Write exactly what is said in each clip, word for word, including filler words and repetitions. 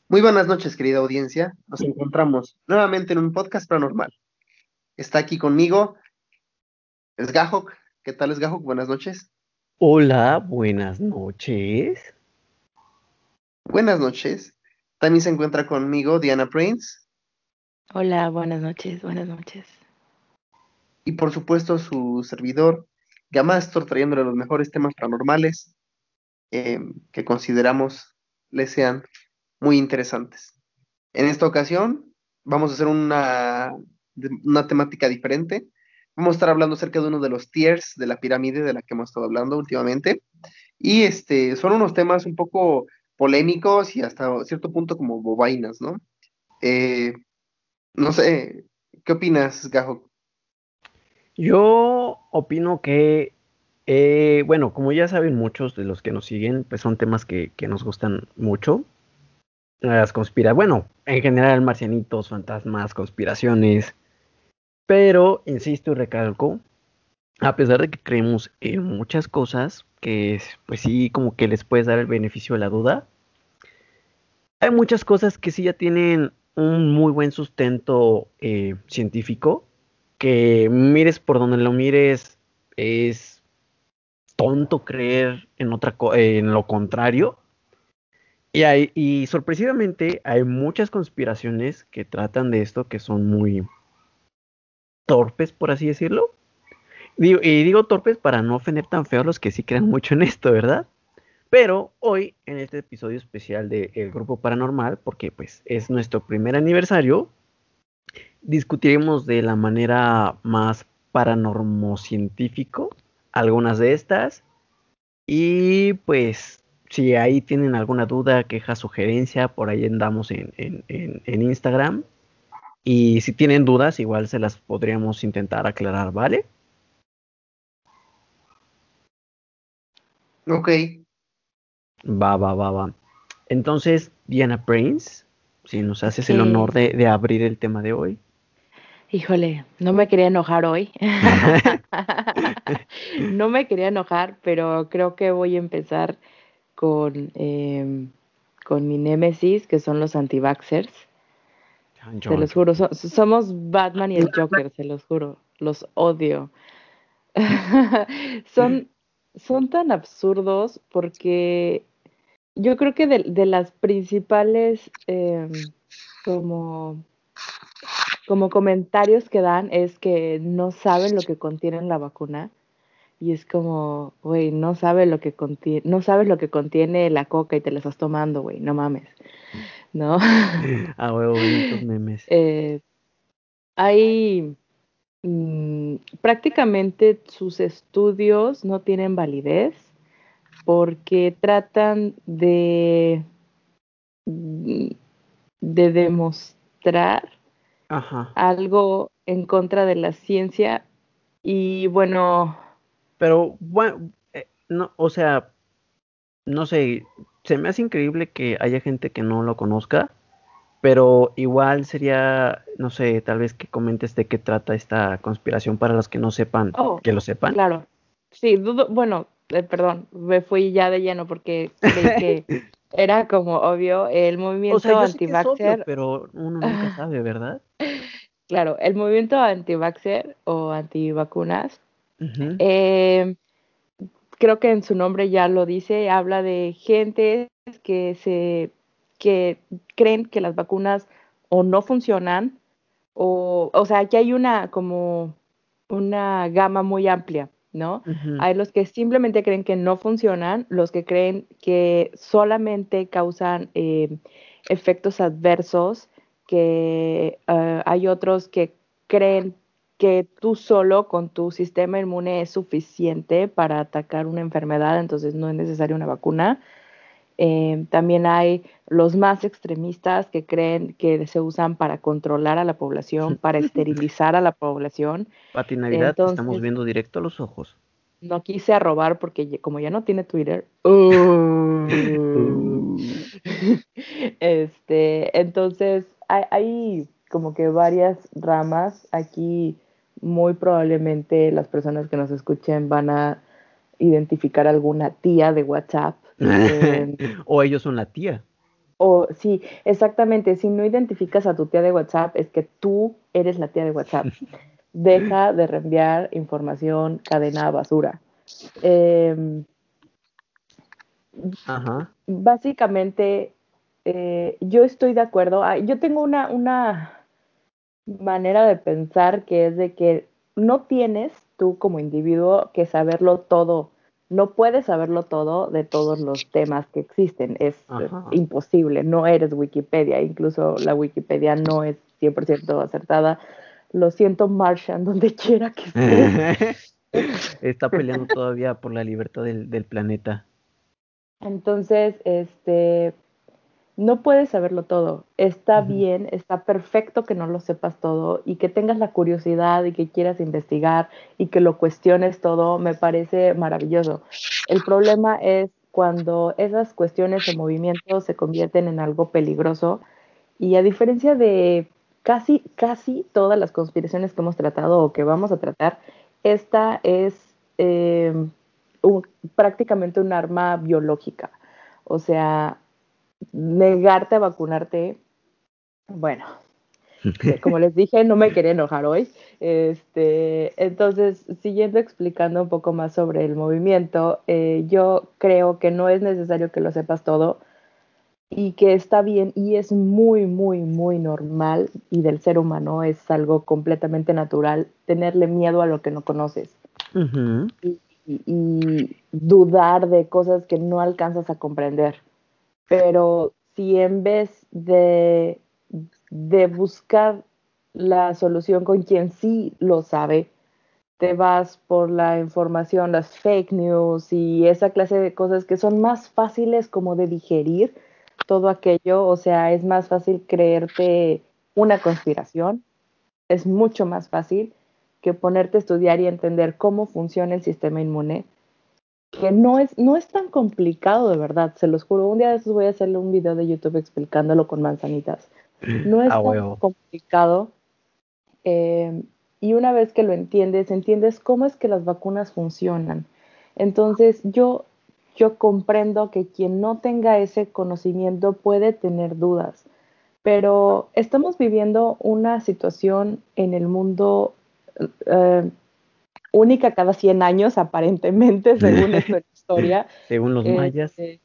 Muy buenas noches, querida audiencia. Nos encontramos nuevamente en un podcast paranormal. Está aquí conmigo Sgahok. ¿Qué tal, Sgahok? Buenas noches. Hola, buenas noches. Buenas noches. También se encuentra conmigo Diana Prince Hola, buenas noches, buenas noches. y, por supuesto, su servidor Gamastor, trayéndole los mejores temas paranormales eh, que consideramos les sean muy interesantes. En esta ocasión vamos a hacer una, una temática diferente. Vamos a estar hablando acerca de uno de los tiers de la pirámide de la que hemos estado hablando últimamente. Y este, son unos temas un poco polémicos y hasta cierto punto como bobainas, ¿no? Eh, no sé, ¿qué opinas, Gajo? Yo opino que, eh, bueno, como ya saben muchos de los que nos siguen, pues son temas que, que nos gustan mucho. Las conspira, bueno, en general marcianitos, fantasmas, conspiraciones. Pero, insisto y recalco, a pesar de que creemos en muchas cosas, que es, pues sí, como que les puedes dar el beneficio de la duda, hay muchas cosas que sí ya tienen un muy buen sustento eh, científico, que mires por donde lo mires, es tonto creer en otra co- en lo contrario. Y, hay, y sorpresivamente hay muchas conspiraciones que tratan de esto que son muy torpes, por así decirlo. Digo- y digo torpes para no ofender tan feo a los que sí crean mucho en esto, ¿verdad? Pero hoy, en este episodio especial del Grupo Paranormal, porque pues es nuestro primer aniversario, discutiremos de la manera más paranormocientífico algunas de estas. Y pues, si ahí tienen alguna duda, queja, sugerencia, por ahí andamos en, en, en, en Instagram. Y si tienen dudas, igual se las podríamos intentar aclarar, ¿vale? Ok, Va, va, va, va. Entonces, Diana Prince, si nos haces el honor Eh, de, de abrir el tema de hoy. híjole, no me quería enojar hoy. No me quería enojar, pero creo que voy a empezar con, em, con mi némesis, que son los antivaxxers. Chan, Se chan, los chan. juro, so- somos Batman y el Joker, se los juro. Los odio. Son, son tan absurdos porque yo creo que de, de las principales em, como como comentarios que dan es que no saben lo que contiene la vacuna y es como, güey, no sabe lo que contiene, no sabes lo que contiene la coca y te la estás tomando, güey, no mames, ¿no? Ah, huevo, benditos memes. Eh, hay mm, prácticamente sus estudios no tienen validez porque tratan de, mm, de demostrar Ajá. algo en contra de la ciencia y bueno, Pero, bueno, eh, no, o sea, no sé, se me hace increíble que haya gente que no lo conozca. Pero igual sería, no sé, tal vez que comentes de qué trata esta conspiración para los que no sepan, oh, que lo sepan. claro, sí, dudo, bueno, eh, perdón, me fui ya de lleno porque creí que era como obvio el O sea, movimiento yo sé que es obvio, anti-vaxxer, pero uno nunca sabe, ¿verdad? claro, el movimiento anti-vaxxer o antivacunas, Ujú. eh, creo que en su nombre ya lo dice, habla de gente que se que creen que las vacunas o no funcionan o, o sea, aquí hay una como una gama muy amplia, ¿no? Ujú. Hay los que simplemente creen que no funcionan, los que creen que solamente causan eh, efectos adversos, que uh, hay otros que creen que tú solo con tu sistema inmune es suficiente para atacar una enfermedad, entonces no es necesaria una vacuna. Eh, también hay los más extremistas que creen que se usan para controlar a la población, para esterilizar a la población. Pati Navidad, te estamos Entonces, viendo directo a los ojos. no quise arrobar porque como ya no tiene Twitter. Uh, Uh. este, entonces, hay, hay como que varias ramas. Aquí muy probablemente las personas que nos escuchen van a identificar alguna tía de WhatsApp. Eh, O ellos son la tía. O sí, exactamente, si no identificas a tu tía de WhatsApp, es que tú eres la tía de WhatsApp. Deja de reenviar información cadena basura. Eh, Ajá. Básicamente, eh, yo estoy de acuerdo. Ah, yo tengo una, una manera de pensar que es de que no tienes tú como individuo que saberlo todo. No puedes saberlo todo de todos los temas que existen. Es eh, Ajá. imposible. No eres Wikipedia. Incluso la Wikipedia no es cien por ciento acertada. Lo siento, Martian, donde quiera que estés. Está peleando todavía por la libertad del, del planeta. Entonces, este, no puedes saberlo todo. Está Ujú. bien, está perfecto que no lo sepas todo y que tengas la curiosidad y que quieras investigar y que lo cuestiones todo, me parece maravilloso. El problema es cuando esas cuestiones o movimientos se convierten en algo peligroso y a diferencia de casi, casi todas las conspiraciones que hemos tratado o que vamos a tratar, esta es eh, un- prácticamente un arma biológica. O sea, negarte a vacunarte, bueno, como les dije, no me quería enojar hoy. Este, entonces, siguiendo explicando un poco más sobre el movimiento, eh, yo creo que no es necesario que lo sepas todo y que está bien y es muy, muy, muy normal y del ser humano es algo completamente natural tenerle miedo a lo que no conoces Ujú. y, y, y dudar de cosas que no alcanzas a comprender. Pero si en vez de, de buscar la solución con quien sí lo sabe, te vas por la información, las fake news y esa clase de cosas que son más fáciles como de digerir todo aquello, o sea, es más fácil creerte una conspiración, es mucho más fácil que ponerte a estudiar y entender cómo funciona el sistema inmune, que no es, no es tan complicado de verdad, se los juro. Un día de estos voy a hacerle un video de YouTube explicándolo con manzanitas. No es A tan huevo. complicado eh, y una vez que lo entiendes, entiendes cómo es que las vacunas funcionan. Entonces yo, yo comprendo que quien no tenga ese conocimiento puede tener dudas, pero estamos viviendo una situación en el mundo eh, única cada cien años, aparentemente, según esto de la historia. Según los mayas. Este,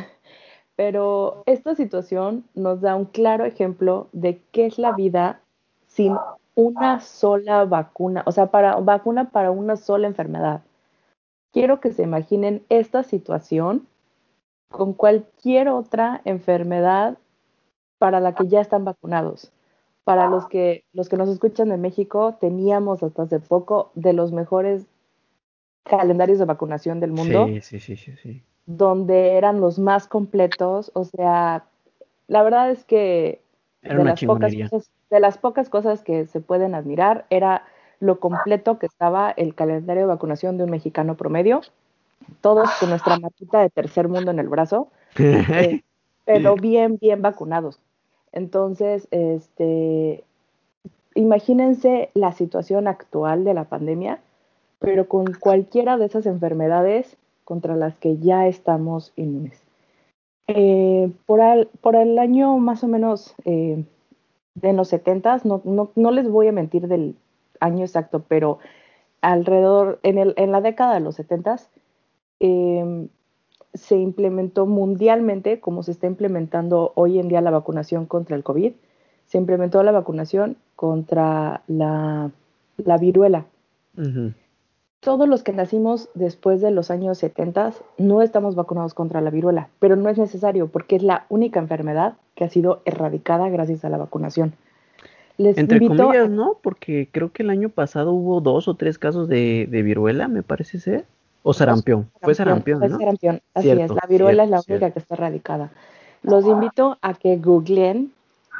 pero esta situación nos da un claro ejemplo de qué es la vida sin una sola vacuna, o sea, para vacuna para una sola enfermedad. Quiero que se imaginen esta situación con cualquier otra enfermedad para la que ya están vacunados. Para los que, los que nos escuchan de México, teníamos hasta hace poco de los mejores calendarios de vacunación del mundo, Sí, sí, sí, sí, sí. donde eran los más completos. O sea, la verdad es que Era de una las pocas chingonería. cosas, de las pocas cosas que se pueden admirar era lo completo que estaba el calendario de vacunación de un mexicano promedio, todos con nuestra matita de tercer mundo en el brazo, eh, pero bien, bien vacunados. Entonces, este, imagínense la situación actual de la pandemia, pero con cualquiera de esas enfermedades contra las que ya estamos inmunes. Eh, por, al, por, el año más o menos eh, de los setentas, no, no, no, les voy a mentir del año exacto, pero alrededor, en, el, en la década de los setentas, eh, se implementó mundialmente, como se está implementando hoy en día la vacunación contra el COVID, se implementó la vacunación contra la, la viruela. Ujú. Todos los que nacimos después de los años setenta no estamos vacunados contra la viruela, pero no es necesario porque es la única enfermedad que ha sido erradicada gracias a la vacunación. Les Entre invito comillas, a... ¿no? Porque creo que el año pasado hubo dos o tres casos de, de viruela, me parece ser. O Dos, sarampión. Fue sarampión, sarampión, fue ¿no? sarampión, así es, Cierto, la viruela es cierto, la única cierto. que está erradicada. Los invito a que googleen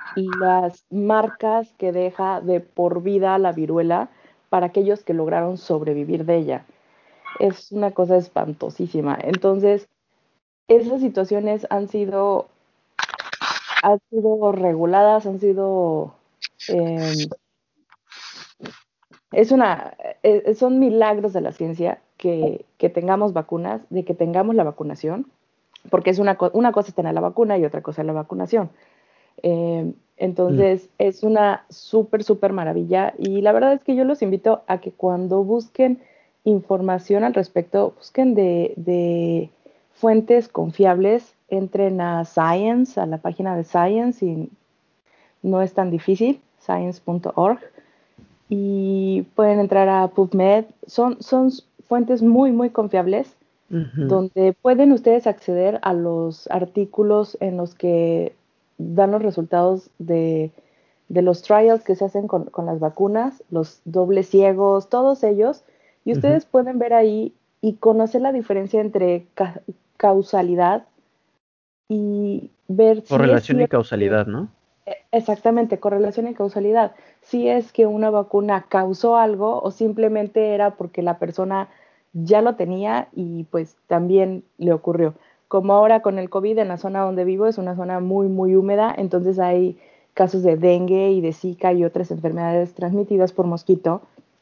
las marcas que deja de por vida la viruela para aquellos que lograron sobrevivir de ella. Es una cosa espantosísima. Entonces, esas situaciones han sido, han sido reguladas, han sido... Eh, es una, eh, son milagros de la ciencia que, que tengamos vacunas, de que tengamos la vacunación. porque es una, co- una cosa es tener la vacuna y otra cosa es la vacunación. Eh, entonces, mm. es una súper, súper maravilla y la verdad es que yo los invito a que cuando busquen información al respecto, busquen de, de fuentes confiables, entren a Science, a la página de Science y no es tan difícil, science punto org, y pueden entrar a PubMed, son, son fuentes muy, muy confiables, uh-huh. donde pueden ustedes acceder a los artículos en los que dan los resultados de, de los trials que se hacen con, con las vacunas, los dobles ciegos, todos ellos, y ustedes uh-huh. pueden ver ahí y conocer la diferencia entre ca- causalidad y ver si correlación es y causalidad, ¿no? Exactamente, correlación y causalidad. Si es que una vacuna causó algo o simplemente era porque la persona ya lo tenía y pues también le ocurrió. Como ahora con el COVID en la zona donde vivo es una zona muy, muy húmeda, entonces hay casos de dengue y de zika y otras enfermedades transmitidas por mosquito.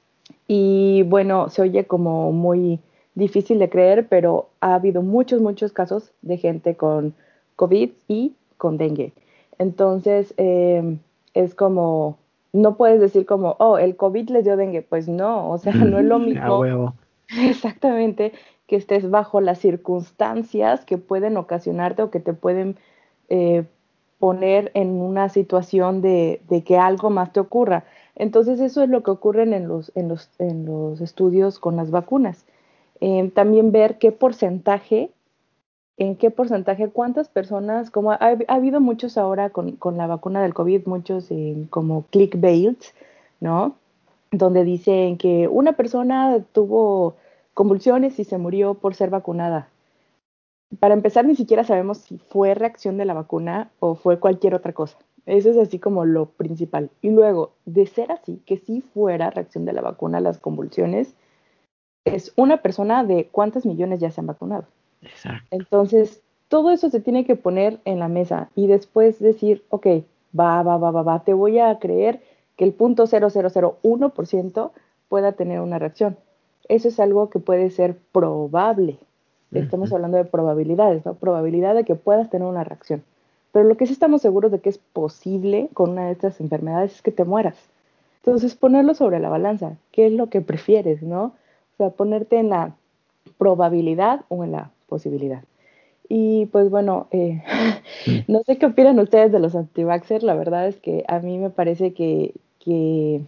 Y bueno, se oye como muy difícil de creer, pero ha habido muchos, muchos casos de gente con COVID y con dengue. Entonces, eh, es como, no puedes decir como, oh, el COVID les dio dengue. Pues no, o sea, no es lo mismo. A huevo. Exactamente, que estés bajo las circunstancias que pueden ocasionarte o que te pueden eh, poner en una situación de, de que algo más te ocurra. Entonces, eso es lo que ocurre en los, en los, en los estudios con las vacunas. Eh, también ver qué porcentaje en qué porcentaje, cuántas personas, como ha, ha habido muchos ahora con, con, la vacuna del COVID, muchos eh, como clickbaits, ¿no? Donde dicen que una persona tuvo convulsiones y se murió por ser vacunada. Para empezar, ni siquiera sabemos si fue reacción de la vacuna o fue cualquier otra cosa. Eso es así como lo principal. Y luego, de ser así, que sí fuera reacción de la vacuna las convulsiones, es una persona de cuántos millones ya se han vacunado. Exacto. Entonces, todo eso se tiene que poner en la mesa y después decir, ok, va, va, va, va, va, te voy a creer que el punto cero cero cero uno por ciento pueda tener una reacción. Eso es algo que puede ser probable. Estamos uh-huh. hablando de probabilidades, ¿no? Probabilidad de que puedas tener una reacción. Pero lo que sí estamos seguros de que es posible con una de estas enfermedades es que te mueras. Entonces, ponerlo sobre la balanza. ¿Qué es lo que prefieres, no? O sea, ponerte en la probabilidad o en la posibilidad. Y pues bueno, eh, no sé qué opinan ustedes de los anti-vaxxers. La verdad es que a mí me parece que, que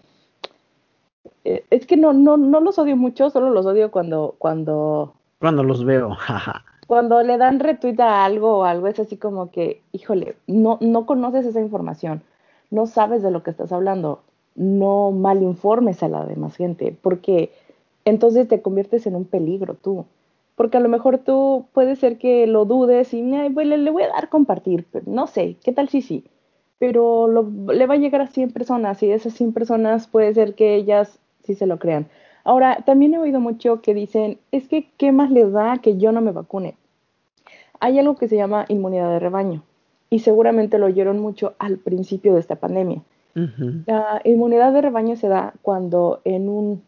eh, es que no, no, no los odio mucho, solo los odio cuando, cuando, cuando los veo, jaja. Cuando le dan retweet a algo o algo, es así como que, híjole, no, no conoces esa información, no sabes de lo que estás hablando, no malinformes a la demás gente, porque entonces te conviertes en un peligro tú. Porque a lo mejor tú puede ser que lo dudes y "Ay, pues, le, le voy a dar compartir, pero no sé, ¿qué tal si sí? Pero lo, le va a llegar a cien personas y de esas cien personas puede ser que ellas sí se lo crean. Ahora, también he oído mucho que dicen, es que, ¿qué más les da que yo no me vacune? Hay algo que se llama inmunidad de rebaño y seguramente lo oyeron mucho al principio de esta pandemia. Uh-huh. La inmunidad de rebaño se da cuando en un,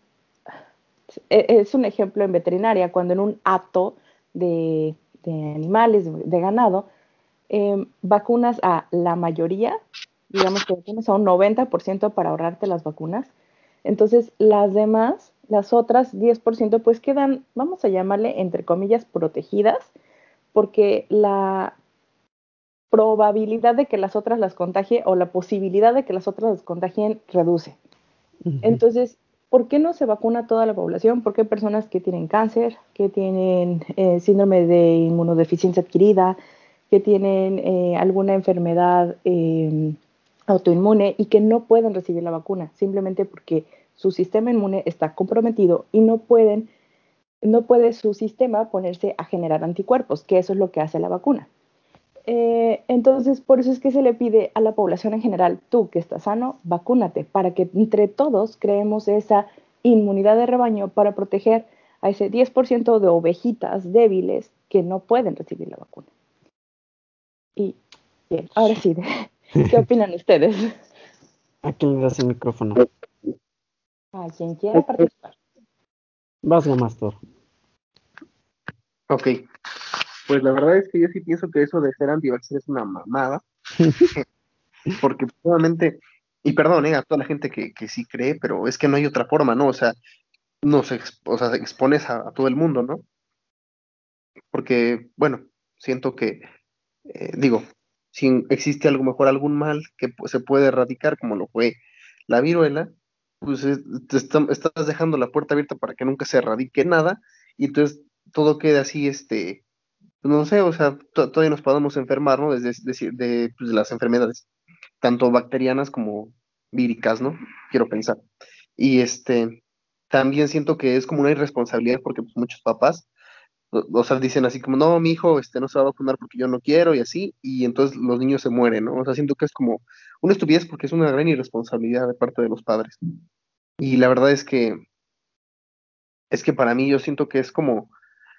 es un ejemplo en veterinaria, cuando en un hato de, de animales, de ganado, eh, vacunas a la mayoría, digamos que vacunas a un noventa por ciento para ahorrarte las vacunas. Entonces, las demás, las otras diez por ciento, pues quedan, vamos a llamarle, entre comillas, protegidas, porque la probabilidad de que las otras las contagie o la posibilidad de que las otras las contagien reduce. Uh-huh. Entonces, ¿por qué no se vacuna toda la población? Porque hay personas que tienen cáncer, que tienen eh, síndrome de inmunodeficiencia adquirida, que tienen eh, alguna enfermedad eh, autoinmune y que no pueden recibir la vacuna, simplemente porque su sistema inmune está comprometido y no pueden, no puede su sistema ponerse a generar anticuerpos, que eso es lo que hace la vacuna. Eh, entonces, por eso es que se le pide a la población en general, tú que estás sano, vacúnate, para que entre todos creemos esa inmunidad de rebaño para proteger a ese diez por ciento de ovejitas débiles que no pueden recibir la vacuna. Y bien, ahora sí, ¿qué opinan ustedes? ¿A quién le das el micrófono? A quien quiera participar. Vas, Gamastor. Ok. Pues la verdad es que yo sí pienso que eso de ser anti-vaxxer es una mamada, porque nuevamente, y perdón, eh, a toda la gente que, que sí cree, pero es que no hay otra forma, ¿no? O sea, nos ex- o sea, expones a, a todo el mundo, ¿no? Porque, bueno, siento que, eh, digo, si existe algo mejor, algún mal que pu- se puede erradicar, como lo fue la viruela, pues es- te está- estás dejando la puerta abierta para que nunca se erradique nada, y entonces todo queda así, este, no sé, o sea, to- todavía nos podemos enfermar, ¿no? Desde, decir, de, pues, de las enfermedades, tanto bacterianas como víricas, ¿no? Quiero pensar. Y este, también siento que es como una irresponsabilidad porque pues, muchos papás, o, o sea, dicen así como, no, mi hijo este, no se va a vacunar porque yo no quiero y así, y entonces los niños se mueren, ¿no? O sea, siento que es como una estupidez porque es una gran irresponsabilidad de parte de los padres. Y la verdad es que, es que para mí yo siento que es como,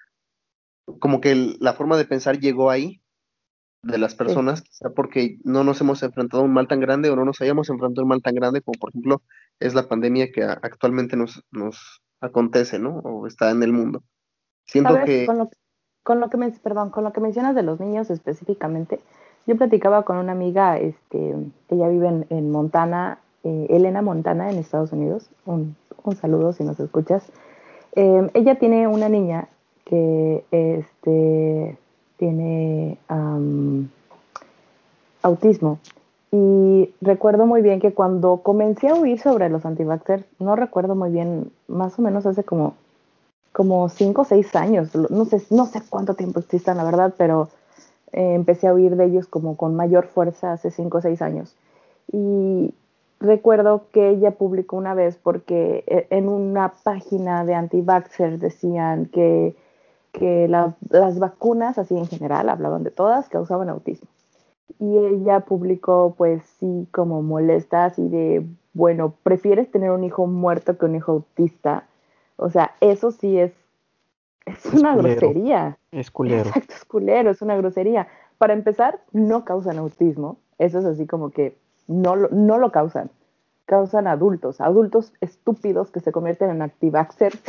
como que el- la forma de pensar llegó ahí de las Sí. personas, quizá porque no nos hemos enfrentado a un mal tan grande o no nos hayamos enfrentado a un mal tan grande como por ejemplo es la pandemia que a- actualmente nos, nos acontece, ¿no? O está en el mundo. Siento ¿Sabes? que, Con lo, con lo que me, perdón, con lo que mencionas de los niños específicamente, yo platicaba con una amiga, este, ella vive en, en Montana, eh, Elena Montana, en Estados Unidos. Un, un saludo si nos escuchas. Eh, ella tiene una niña que este, tiene am, autismo. Y recuerdo muy bien que cuando comencé a oír sobre los antivaxxers, no recuerdo muy bien, más o menos hace como como cinco o seis años, no sé, no sé cuánto tiempo existan, la verdad, pero eh, empecé a oír de ellos como con mayor fuerza hace cinco o seis años. Y recuerdo que ella publicó una vez porque eh, en una página de anti-vaxxer decían que, que la, las vacunas, así en general, hablaban de todas, causaban autismo. Y ella publicó, pues sí, como molesta, así de, bueno, ¿prefieres tener un hijo muerto que un hijo autista? O sea, eso sí es es Es una culero, grosería. es culero. Exacto, es culero, es una grosería. Para empezar, no causan autismo. Eso es así como que no lo, no lo causan. Causan adultos, adultos estúpidos que se convierten en antivaxxers,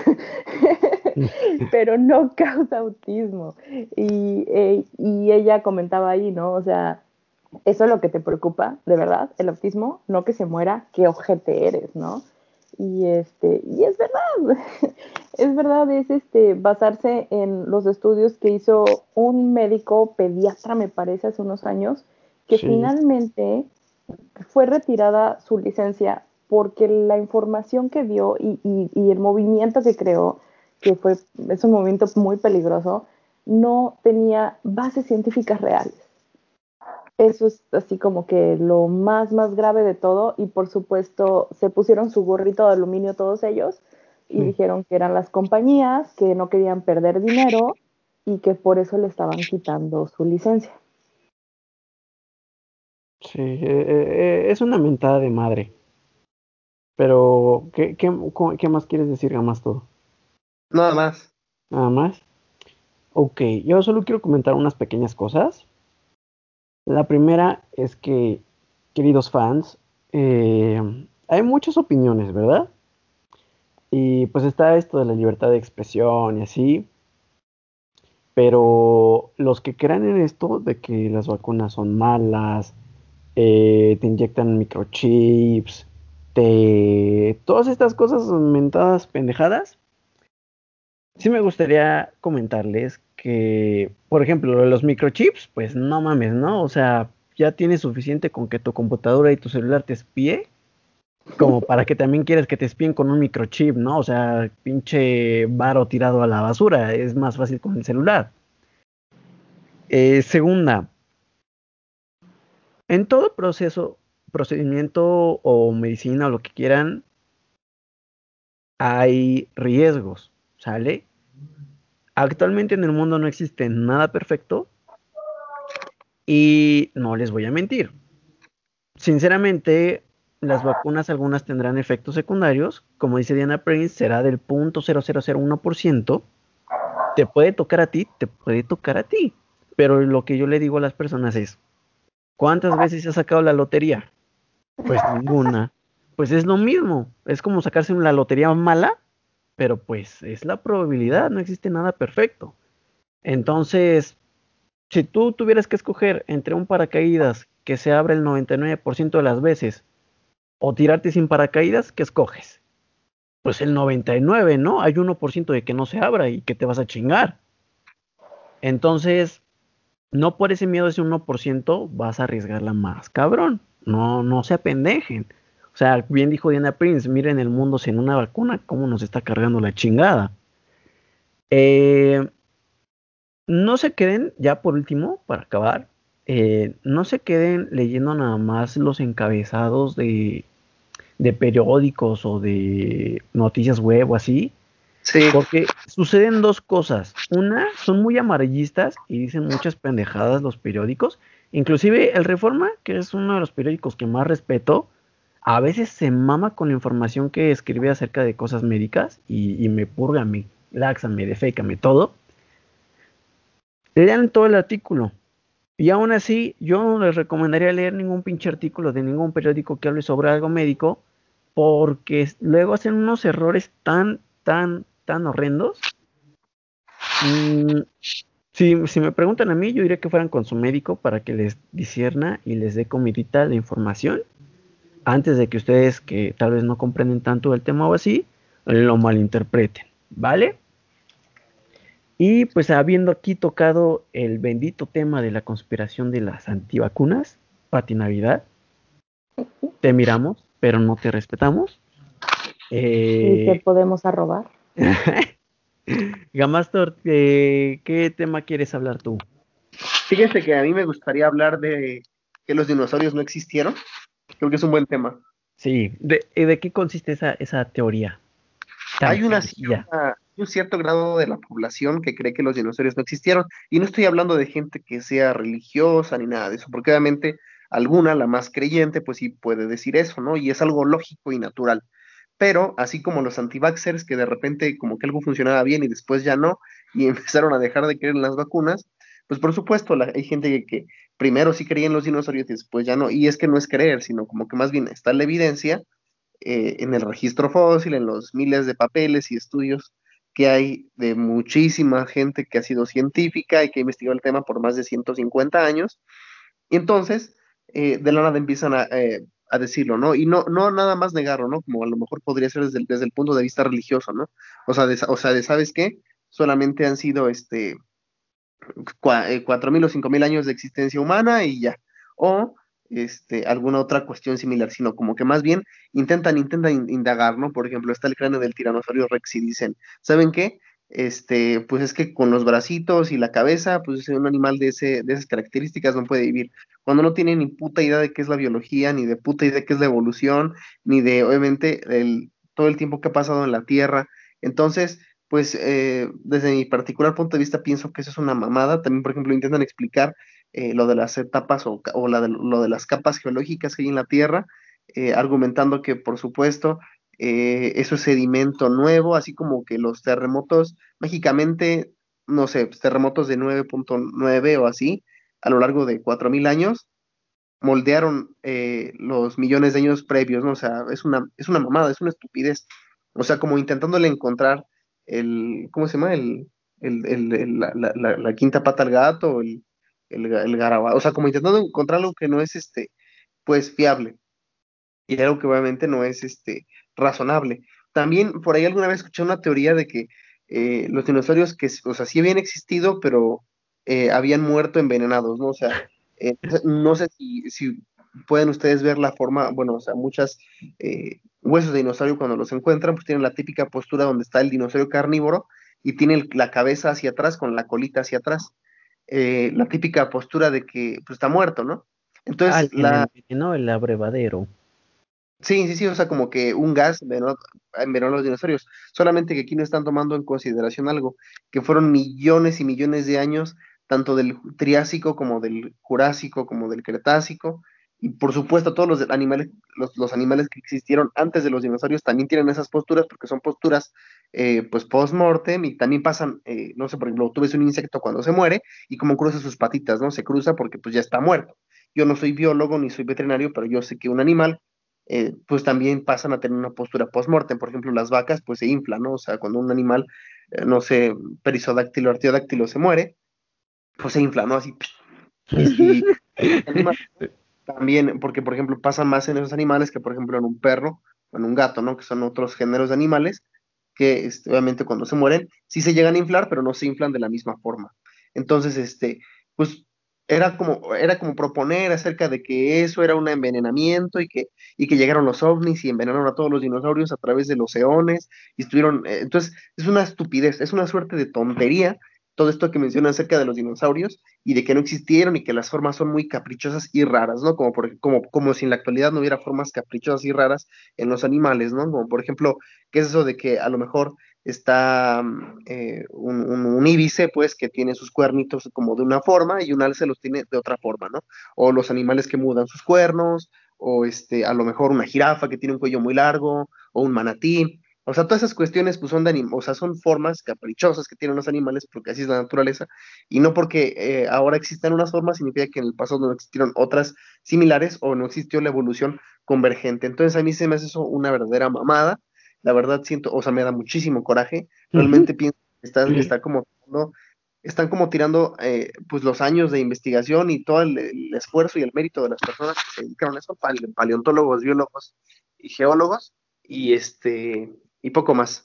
pero no causa autismo. Y, eh, y ella comentaba ahí, ¿no? O sea, eso es lo que te preocupa, de verdad, el autismo, no que se muera, qué ojete eres, ¿no? Y este, y es verdad, es verdad, es este basarse en los estudios que hizo un médico pediatra, me parece, hace unos años, que Sí, finalmente fue retirada su licencia porque la información que dio y, y, y el movimiento que creó, que fue, es un movimiento muy peligroso, no tenía bases científicas reales. Eso es así como que lo más, más grave de todo. Y por supuesto, se pusieron su gorrito de aluminio todos ellos y sí, dijeron que eran las compañías que no querían perder dinero y que por eso le estaban quitando su licencia. sí, eh, eh, es una mentada de madre. Pero, ¿qué, qué, cómo- qué más quieres decir, Gamas todo? nada más. Nada más. Ok, yo solo quiero comentar unas pequeñas cosas. La primera es que, queridos fans, eh, hay muchas opiniones, ¿verdad? Y pues está esto de la libertad de expresión y así, pero los que crean en esto de que las vacunas son malas, eh, te inyectan microchips, te... todas estas cosas mentadas pendejadas, sí me gustaría comentarles que, por ejemplo, lo de los microchips, pues no mames, ¿no? O sea, ya tienes suficiente con que tu computadora y tu celular te espíe, como para que también quieras que te espíen con un microchip, ¿no? O sea, pinche varo tirado a la basura, es más fácil con el celular. Eh, segunda, en todo proceso, procedimiento o medicina o lo que quieran, hay riesgos, ¿sale? Actualmente en el mundo no existe nada perfecto y no les voy a mentir. Sinceramente, las vacunas algunas tendrán efectos secundarios, como dice Diana Prince, será del cero punto cero cero cero uno por ciento. Te puede tocar a ti, te puede tocar a ti. Pero lo que yo le digo a las personas es, ¿cuántas veces se ha sacado la lotería? Pues ninguna. Pues es lo mismo, es como sacarse la lotería mala, pero pues es la probabilidad, no existe nada perfecto. Entonces, Si tú tuvieras que escoger entre un paracaídas que se abre el noventa y nueve por ciento de las veces o tirarte sin paracaídas, ¿qué escoges? Pues el noventa y nueve, ¿no? Hay uno por ciento de que no se abra y que te vas a chingar. Entonces, no por ese miedo de ese uno por ciento vas a arriesgarla más, cabrón. No, no se apendejen. O sea, bien dijo Diana Prince, miren el mundo sin una vacuna, cómo nos está cargando la chingada. Eh, no se queden, ya por último, para acabar, eh, no se queden leyendo nada más los encabezados de, de periódicos o de noticias web o así, Sí, porque suceden dos cosas. Una, son muy amarillistas y dicen muchas pendejadas los periódicos. Inclusive el Reforma, que es uno de los periódicos que más respeto, a veces se mama con la información que escribe acerca de cosas médicas y, y me purga, me laxa, me defeca, me todo. Lean todo el artículo. Y aún así, yo no les recomendaría leer ningún pinche artículo de ningún periódico que hable sobre algo médico, porque luego hacen unos errores tan, tan, tan horrendos. Mm, si, si me preguntan a mí, yo diría que fueran con su médico para que les discierna y les dé comidita la información antes de que ustedes, que tal vez no comprenden tanto el tema o así, lo malinterpreten, ¿vale? Y pues habiendo aquí tocado el bendito tema de la conspiración de las antivacunas, Pati Navidad, te miramos, pero no te respetamos. ¿Y te Eh, podemos arrobar? Gamastor, eh, ¿qué tema quieres hablar tú? fíjense que a mí me gustaría hablar de que los dinosaurios no existieron. Creo que es un buen tema. Sí, ¿de, de qué consiste esa, esa teoría tan Hay una sencilla? cierta, un cierto grado de la población que cree que los dinosaurios no existieron, y no estoy hablando de gente que sea religiosa ni nada de eso, porque obviamente alguna, la más creyente, pues sí puede decir eso, ¿no? Y es algo lógico y natural. Pero así como los anti-vaxxers, que de repente como que algo funcionaba bien y después ya no, y empezaron a dejar de creer en las vacunas, pues por supuesto la- hay gente que, que primero sí creía en los dinosaurios y después ya no, y es que no es creer, sino como que más bien está la evidencia eh, en el registro fósil, en los miles de papeles y estudios que hay de muchísima gente que ha sido científica y que ha investigado el tema por más de ciento cincuenta años. Y entonces, eh, de la nada empiezan a, eh, a decirlo, ¿no? Y no, no nada más negarlo, ¿no? Como a lo mejor podría ser desde el, desde el punto de vista religioso, ¿no? O sea, de, o sea, de, ¿sabes qué? Solamente han sido, este, cua- eh, cuatro mil o cinco mil años de existencia humana y ya. O este, alguna otra cuestión similar, sino como que más bien intentan, intentan in- indagar, ¿no? Por ejemplo, está el cráneo del tiranosaurio Rex y dicen, ¿saben qué? Este, pues es que con los bracitos y la cabeza, pues un animal de ese, de esas características no puede vivir. Cuando no tiene ni puta idea de qué es la biología, ni de puta idea de qué es la evolución, ni de, obviamente, el, todo el tiempo que ha pasado en la Tierra. Entonces, pues eh, desde mi particular punto de vista pienso que eso es una mamada. También, por ejemplo, intentan explicar eh, lo de las etapas o, ca- o la de- lo de las capas geológicas que hay en la Tierra, eh, argumentando que, por supuesto, eh, eso es sedimento nuevo, así como que los terremotos, mágicamente, no sé, pues, terremotos de nueve punto nueve o así, a lo largo de cuatro mil años, moldearon eh, los millones de años previos, ¿no? O sea, es una, es una mamada, es una estupidez. O sea, como intentándole encontrar el, ¿cómo se llama? El, el, el- el- la, la- la- la quinta pata al gato, el, el, ga- el garabato, o sea, como intentando encontrar algo que no es, este, pues, fiable y algo que obviamente no es, este, razonable. También por ahí alguna vez escuché una teoría de que eh, los dinosaurios que, o sea, sí habían existido, pero eh, habían muerto envenenados, ¿no? O sea, eh, no sé si, si pueden ustedes ver la forma, bueno, o sea, muchas eh, huesos de dinosaurio cuando los encuentran, pues tienen la típica postura donde está el dinosaurio carnívoro y tiene el- la cabeza hacia atrás con la colita hacia atrás. Eh, la típica postura de que pues, está muerto, ¿no? Entonces, Alguien lo la, envenenó el abrevadero. sí, sí, sí, o sea, como que un gas envenenó, envenenó a los dinosaurios. Solamente que aquí no están tomando en consideración algo, que fueron millones y millones de años, tanto del Triásico como del Jurásico, como del Cretácico. Y por supuesto, todos los animales, los, los animales que existieron antes de los dinosaurios también tienen esas posturas, porque son posturas, eh, pues, post-mortem, y también pasan, eh, no sé, por ejemplo, tú ves un insecto cuando se muere, y cómo cruza sus patitas, ¿no? Se cruza porque, pues, ya está muerto. Yo no soy biólogo ni soy veterinario, pero yo sé que un animal eh, pues también pasan a tener una postura post-mortem. Por ejemplo, las vacas pues se inflan, ¿no? O sea, cuando un animal, eh, no sé, perisodáctilo, artiodáctilo se muere, pues se infla, ¿no? Así, y, y también, porque por ejemplo pasa más en esos animales que por ejemplo en un perro o en un gato, ¿no? Que son otros géneros de animales que este, obviamente cuando se mueren sí se llegan a inflar, pero no se inflan de la misma forma. Entonces, este, pues era como, era como proponer acerca de que eso era un envenenamiento y que, y que llegaron los ovnis y envenenaron a todos los dinosaurios a través de los eones y estuvieron, eh, entonces es una estupidez, es una suerte de tontería todo esto que mencionan acerca de los dinosaurios y de que no existieron y que las formas son muy caprichosas y raras, ¿no? Como, por, como, como si en la actualidad no hubiera formas caprichosas y raras en los animales, ¿no? Como por ejemplo, ¿qué es eso de que a lo mejor está eh, un, un, un, íbice, pues, que tiene sus cuernitos como de una forma y un alce los tiene de otra forma, ¿no? O los animales que mudan sus cuernos, o este, a lo mejor una jirafa que tiene un cuello muy largo, o un manatí. O sea, todas esas cuestiones pues son de anim o sea, son formas caprichosas que tienen los animales porque así es la naturaleza y no porque eh, ahora existan unas formas significa que en el pasado no existieron otras similares o no existió la evolución convergente. Entonces a mí se me hace eso una verdadera mamada. La verdad siento, o sea, me da muchísimo coraje. Realmente pienso que están, está como, ¿no? Están como tirando eh, pues los años de investigación y todo el, el, esfuerzo y el mérito de las personas que se dedicaron a eso, pale, paleontólogos, biólogos y geólogos, y este y poco más.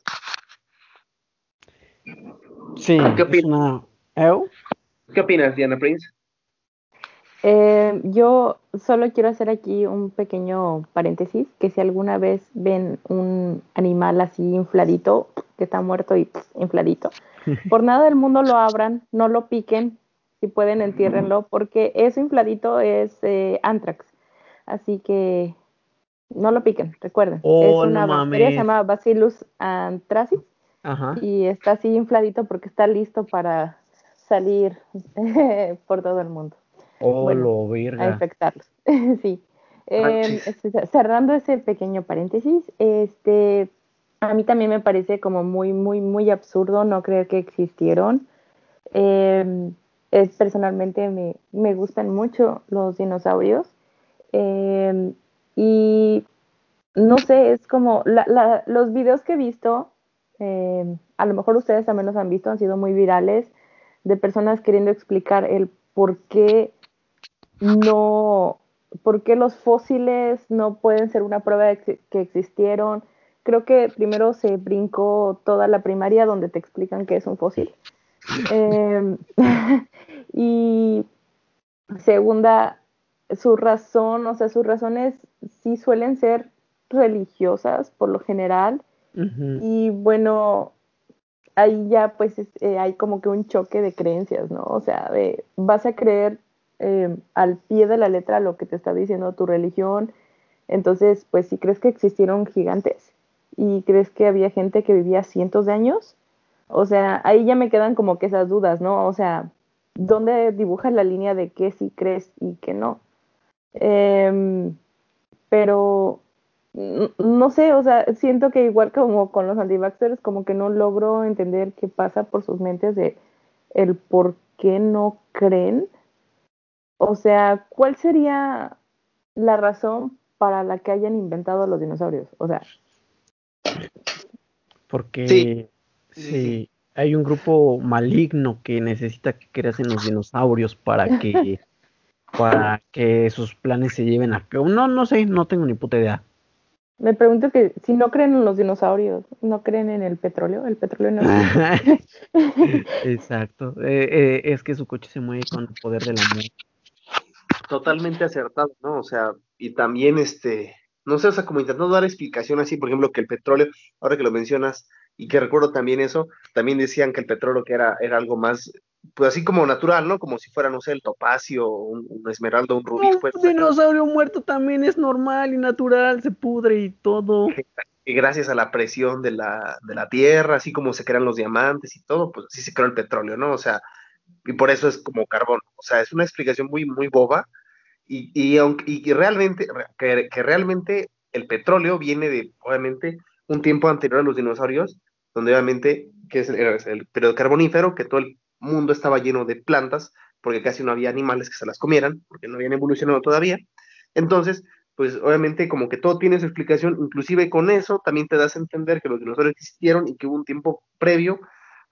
Sí, ¿Qué es opinas? una... ¿Eu? ¿Qué opinas, Diana Prince? Eh, yo solo quiero hacer aquí un pequeño paréntesis, que si alguna vez ven un animal así infladito, que está muerto y pff, infladito, por nada del mundo lo abran, no lo piquen, si pueden entiérrenlo, porque eso infladito es eh, anthrax, así que no lo piquen, recuerden, es Oh, no una bacteria, se mames. llama Bacillus anthracis, Ajá. y está así infladito porque está listo para salir por todo el mundo. Oh, Bueno, lo a verga. infectarlos. Sí. Eh, Manches. este, cerrando ese pequeño paréntesis, este, a mí también me parece como muy, muy, muy absurdo no creer que existieron. Eh, es, personalmente me, me gustan mucho los dinosaurios. Eh, y no sé, es como la, la, los videos que he visto, eh, a lo mejor ustedes también los han visto, han sido muy virales, de personas queriendo explicar el por qué no, por qué los fósiles no pueden ser una prueba de que existieron. Creo que primero se brincó toda la primaria donde te explican qué es un fósil. Eh, y segunda, su razón, o sea, sus razones sí suelen ser religiosas por lo general. Uh-huh. Y bueno, ahí ya pues es, eh, hay como que un choque de creencias, ¿no? O sea, de, vas a creer eh, al pie de la letra lo que te está diciendo tu religión, entonces pues si crees que existieron gigantes y crees que había gente que vivía cientos de años, o sea, ahí ya me quedan como que esas dudas, ¿no? O sea, ¿dónde dibujas la línea de qué sí crees y qué no? Eh, pero no sé, o sea, siento que igual como con los anti-vaxxers, como que no logro entender qué pasa por sus mentes de el por qué no creen. O sea, ¿cuál sería la razón para la que hayan inventado los dinosaurios? O sea, Sí, Porque sí, sí. sí, hay un grupo maligno que necesita que creas en los dinosaurios para que, para que sus planes se lleven a cabo. No, no sé, no tengo ni puta idea. me pregunto que si no creen en los dinosaurios, ¿no creen en el petróleo? ¿El petróleo no existe? Exacto. Eh, eh, es que su coche se mueve con el poder del amor. Totalmente acertado, ¿no? O sea, y también, este, no sé, o sea, como intentando dar explicación así, por ejemplo, que el petróleo, ahora que lo mencionas, y que recuerdo también eso, también decían que el petróleo que era, era algo más, pues así como natural, ¿no? Como si fuera, no sé, el topacio, un, un esmeralda, un rubí, Un pues, o sea, dinosaurio muerto también es normal y natural, se pudre y todo. que, que gracias a la presión de la, de la tierra, así como se crean los diamantes y todo, pues así se creó el petróleo, ¿no? O sea, y por eso es como carbón, o sea, es una explicación muy, muy boba. Y, y, aunque, y que realmente, que, que realmente el petróleo viene de, obviamente, un tiempo anterior a los dinosaurios, donde obviamente, que es el, el periodo carbonífero, que todo el mundo estaba lleno de plantas, porque casi no había animales que se las comieran, porque no habían evolucionado todavía. Entonces, pues obviamente como que todo tiene su explicación, inclusive con eso también te das a entender que los dinosaurios existieron y que hubo un tiempo previo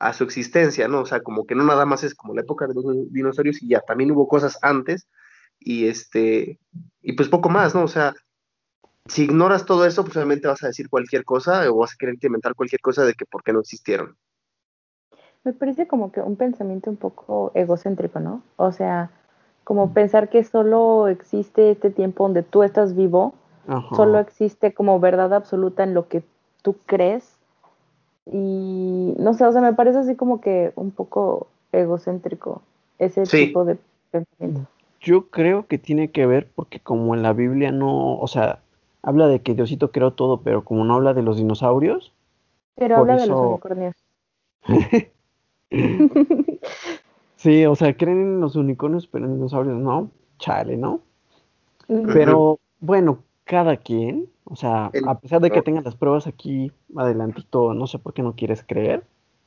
a su existencia, ¿no? O sea, como que no nada más es como la época de los dinosaurios y ya, también hubo cosas antes y este, y pues poco más, ¿no? O sea, si ignoras todo eso, pues obviamente vas a decir cualquier cosa o vas a querer inventar cualquier cosa de que por qué no existieron. Me parece como que un pensamiento un poco egocéntrico, ¿no? O sea, como pensar que solo existe este tiempo donde tú estás vivo, solo Ajá. existe como verdad absoluta en lo que tú crees. Y no sé, o sea, me parece así como que un poco egocéntrico ese Sí, tipo de pensamiento. Yo creo que tiene que ver porque como en la Biblia no, o sea, habla de que Diosito creó todo, pero como no habla de los dinosaurios, Pero por habla de los eso, unicornios. sí, o sea, creen en los unicornios, pero en dinosaurios no, chale, ¿no? ujú. Pero bueno, cada quien, o sea, El- a pesar de que no, tengan las pruebas aquí adelantito, no sé por qué no quieres creer.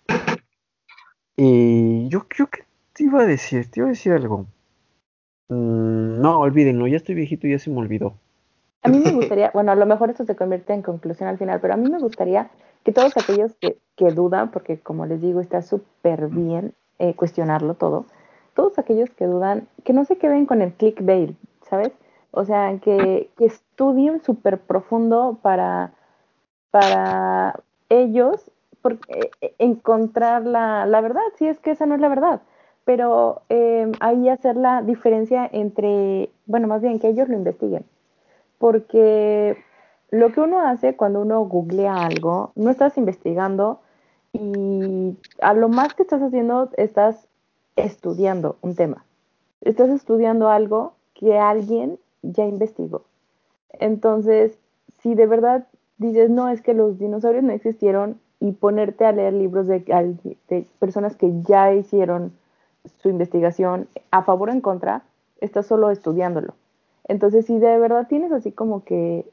Y yo creo que te iba a decir, te iba a decir algo. Mm, no, olvídenlo, ya estoy viejito y ya se me olvidó. A mí me gustaría, bueno, a lo mejor esto se convierte en conclusión al final, pero a mí me gustaría que todos aquellos que, que dudan, porque como les digo, está súper bien eh, cuestionarlo todo, todos aquellos que dudan, que no se queden con el clickbait, ¿sabes? O sea, que, que estudien súper profundo para, para ellos por, eh, eh, encontrar la, la, verdad, si es que esa no es la verdad, pero eh, ahí hacer la diferencia entre, bueno, más bien que ellos lo investiguen porque lo que uno hace cuando uno googlea algo, no estás investigando y a lo más que estás haciendo estás estudiando un tema. Estás estudiando algo que alguien ya investigó. Entonces, si de verdad dices, no, es que los dinosaurios no existieron y ponerte a leer libros de, de personas que ya hicieron su investigación a favor o en contra, estás solo estudiándolo. Entonces, si de verdad tienes así como que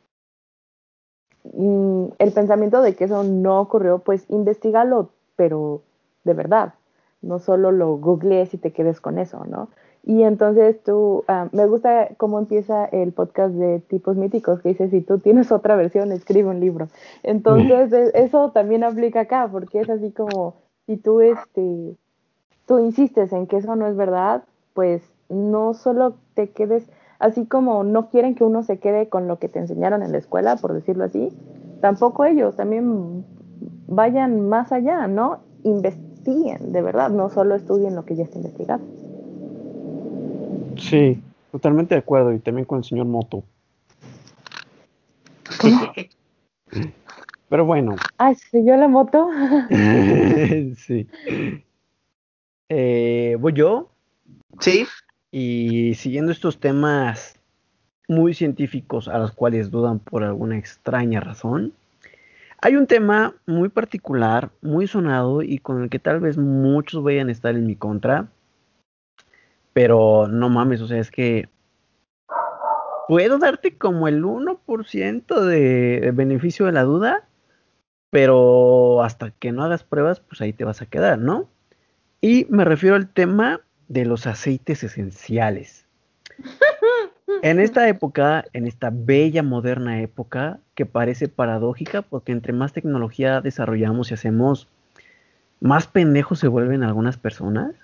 mm, el pensamiento de que eso no ocurrió, pues investigalo, pero de verdad, no solo lo googlees y te quedes con eso, ¿no? Y entonces tú, uh, me gusta cómo empieza el podcast de tipos míticos, que dice, si tú tienes otra versión, escribe un libro. Entonces, e- eso también aplica acá, porque es así como, si tú, este, tú insistes en que eso no es verdad, pues no solo te quedes, así como no quieren que uno se quede con lo que te enseñaron en la escuela, por decirlo así, tampoco ellos también vayan más allá, ¿no? Investiguen, de verdad, no solo estudien lo que ya está investigado. Sí, totalmente de acuerdo y también con el señor Moto. ¿Cómo? Pero bueno, Ah, ¿se yo la moto? sí. Eh, voy yo sí, y siguiendo estos temas muy científicos a los cuales dudan por alguna extraña razón, hay un tema muy particular, muy sonado y con el que tal vez muchos vayan a estar en mi contra, pero no mames, o sea, es que puedo darte como el uno por ciento de, de beneficio de la duda, pero hasta que no hagas pruebas, pues ahí te vas a quedar, ¿no? Y me refiero al tema de los aceites esenciales. En esta época, en esta bella moderna época, que parece paradójica, porque entre más tecnología desarrollamos y hacemos, más pendejos se vuelven algunas personas.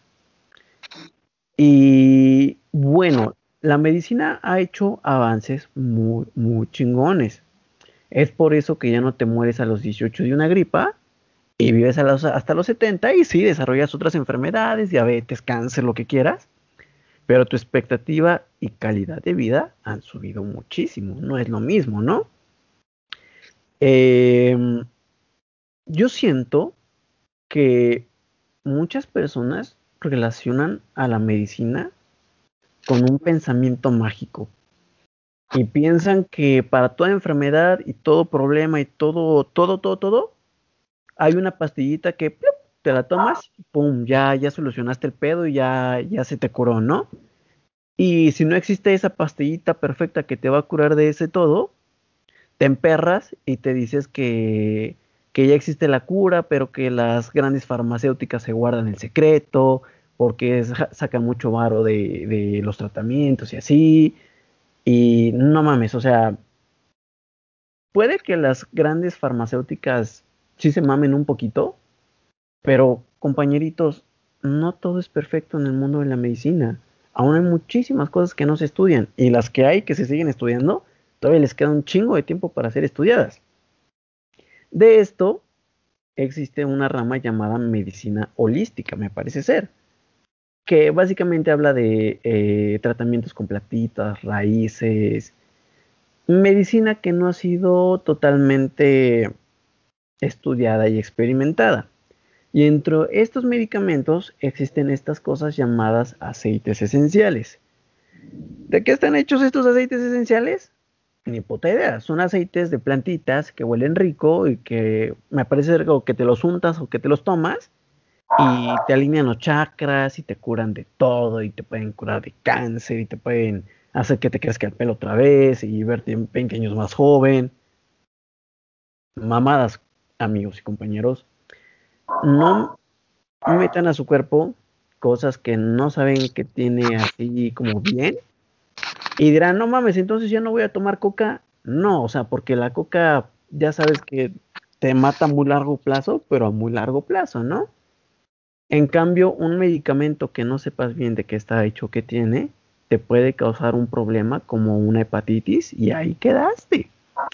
Y bueno, la medicina ha hecho avances muy, muy chingones. Es por eso que ya no te mueres a los dieciocho de una gripa y vives a los- hasta los setenta y sí, desarrollas otras enfermedades, diabetes, cáncer, lo que quieras, pero tu expectativa y calidad de vida han subido muchísimo. No es lo mismo, ¿no? Em, yo siento que muchas personas relacionan a la medicina con un pensamiento mágico y piensan que para toda enfermedad y todo problema y todo, todo, todo, todo, hay una pastillita que ¡plup! Te la tomas, pum, ya, ya solucionaste el pedo y ya, ya se te curó, ¿no? Y si no existe esa pastillita perfecta que te va a curar de ese todo, te emperras y te dices que, que ya existe la cura, pero que las grandes farmacéuticas se guardan el secreto, porque sa- sacan mucho varo de, de los tratamientos y así. Y no mames, o sea, puede que las grandes farmacéuticas sí se mamen un poquito, Pero, compañeritos, no todo es perfecto en el mundo de la medicina. Aún hay muchísimas cosas que no se estudian y las que hay que se siguen estudiando, todavía les queda un chingo de tiempo para ser estudiadas. De esto existe una rama llamada medicina holística, me parece ser, que básicamente habla de eh, tratamientos con plantitas, raíces, medicina que no ha sido totalmente estudiada y experimentada. Y entre estos medicamentos existen estas cosas llamadas aceites esenciales. ¿De qué están hechos estos aceites esenciales? Ni puta idea. Son aceites de plantitas que huelen rico y que me parece algo que te los untas o que te los tomas y te alinean los chakras y te curan de todo y te pueden curar de cáncer y te pueden hacer que te crezca el pelo otra vez y verte veinte años más joven. Mamadas, amigos y compañeros. No metan a su cuerpo cosas que no saben que tiene así como bien y dirán, no mames, entonces ya no voy a tomar coca. No, o sea, porque la coca ya sabes que te mata a muy largo plazo, pero a muy largo plazo, ¿no? En cambio, un medicamento que no sepas bien de qué está hecho, qué tiene, te puede causar un problema como una hepatitis y ahí quedaste.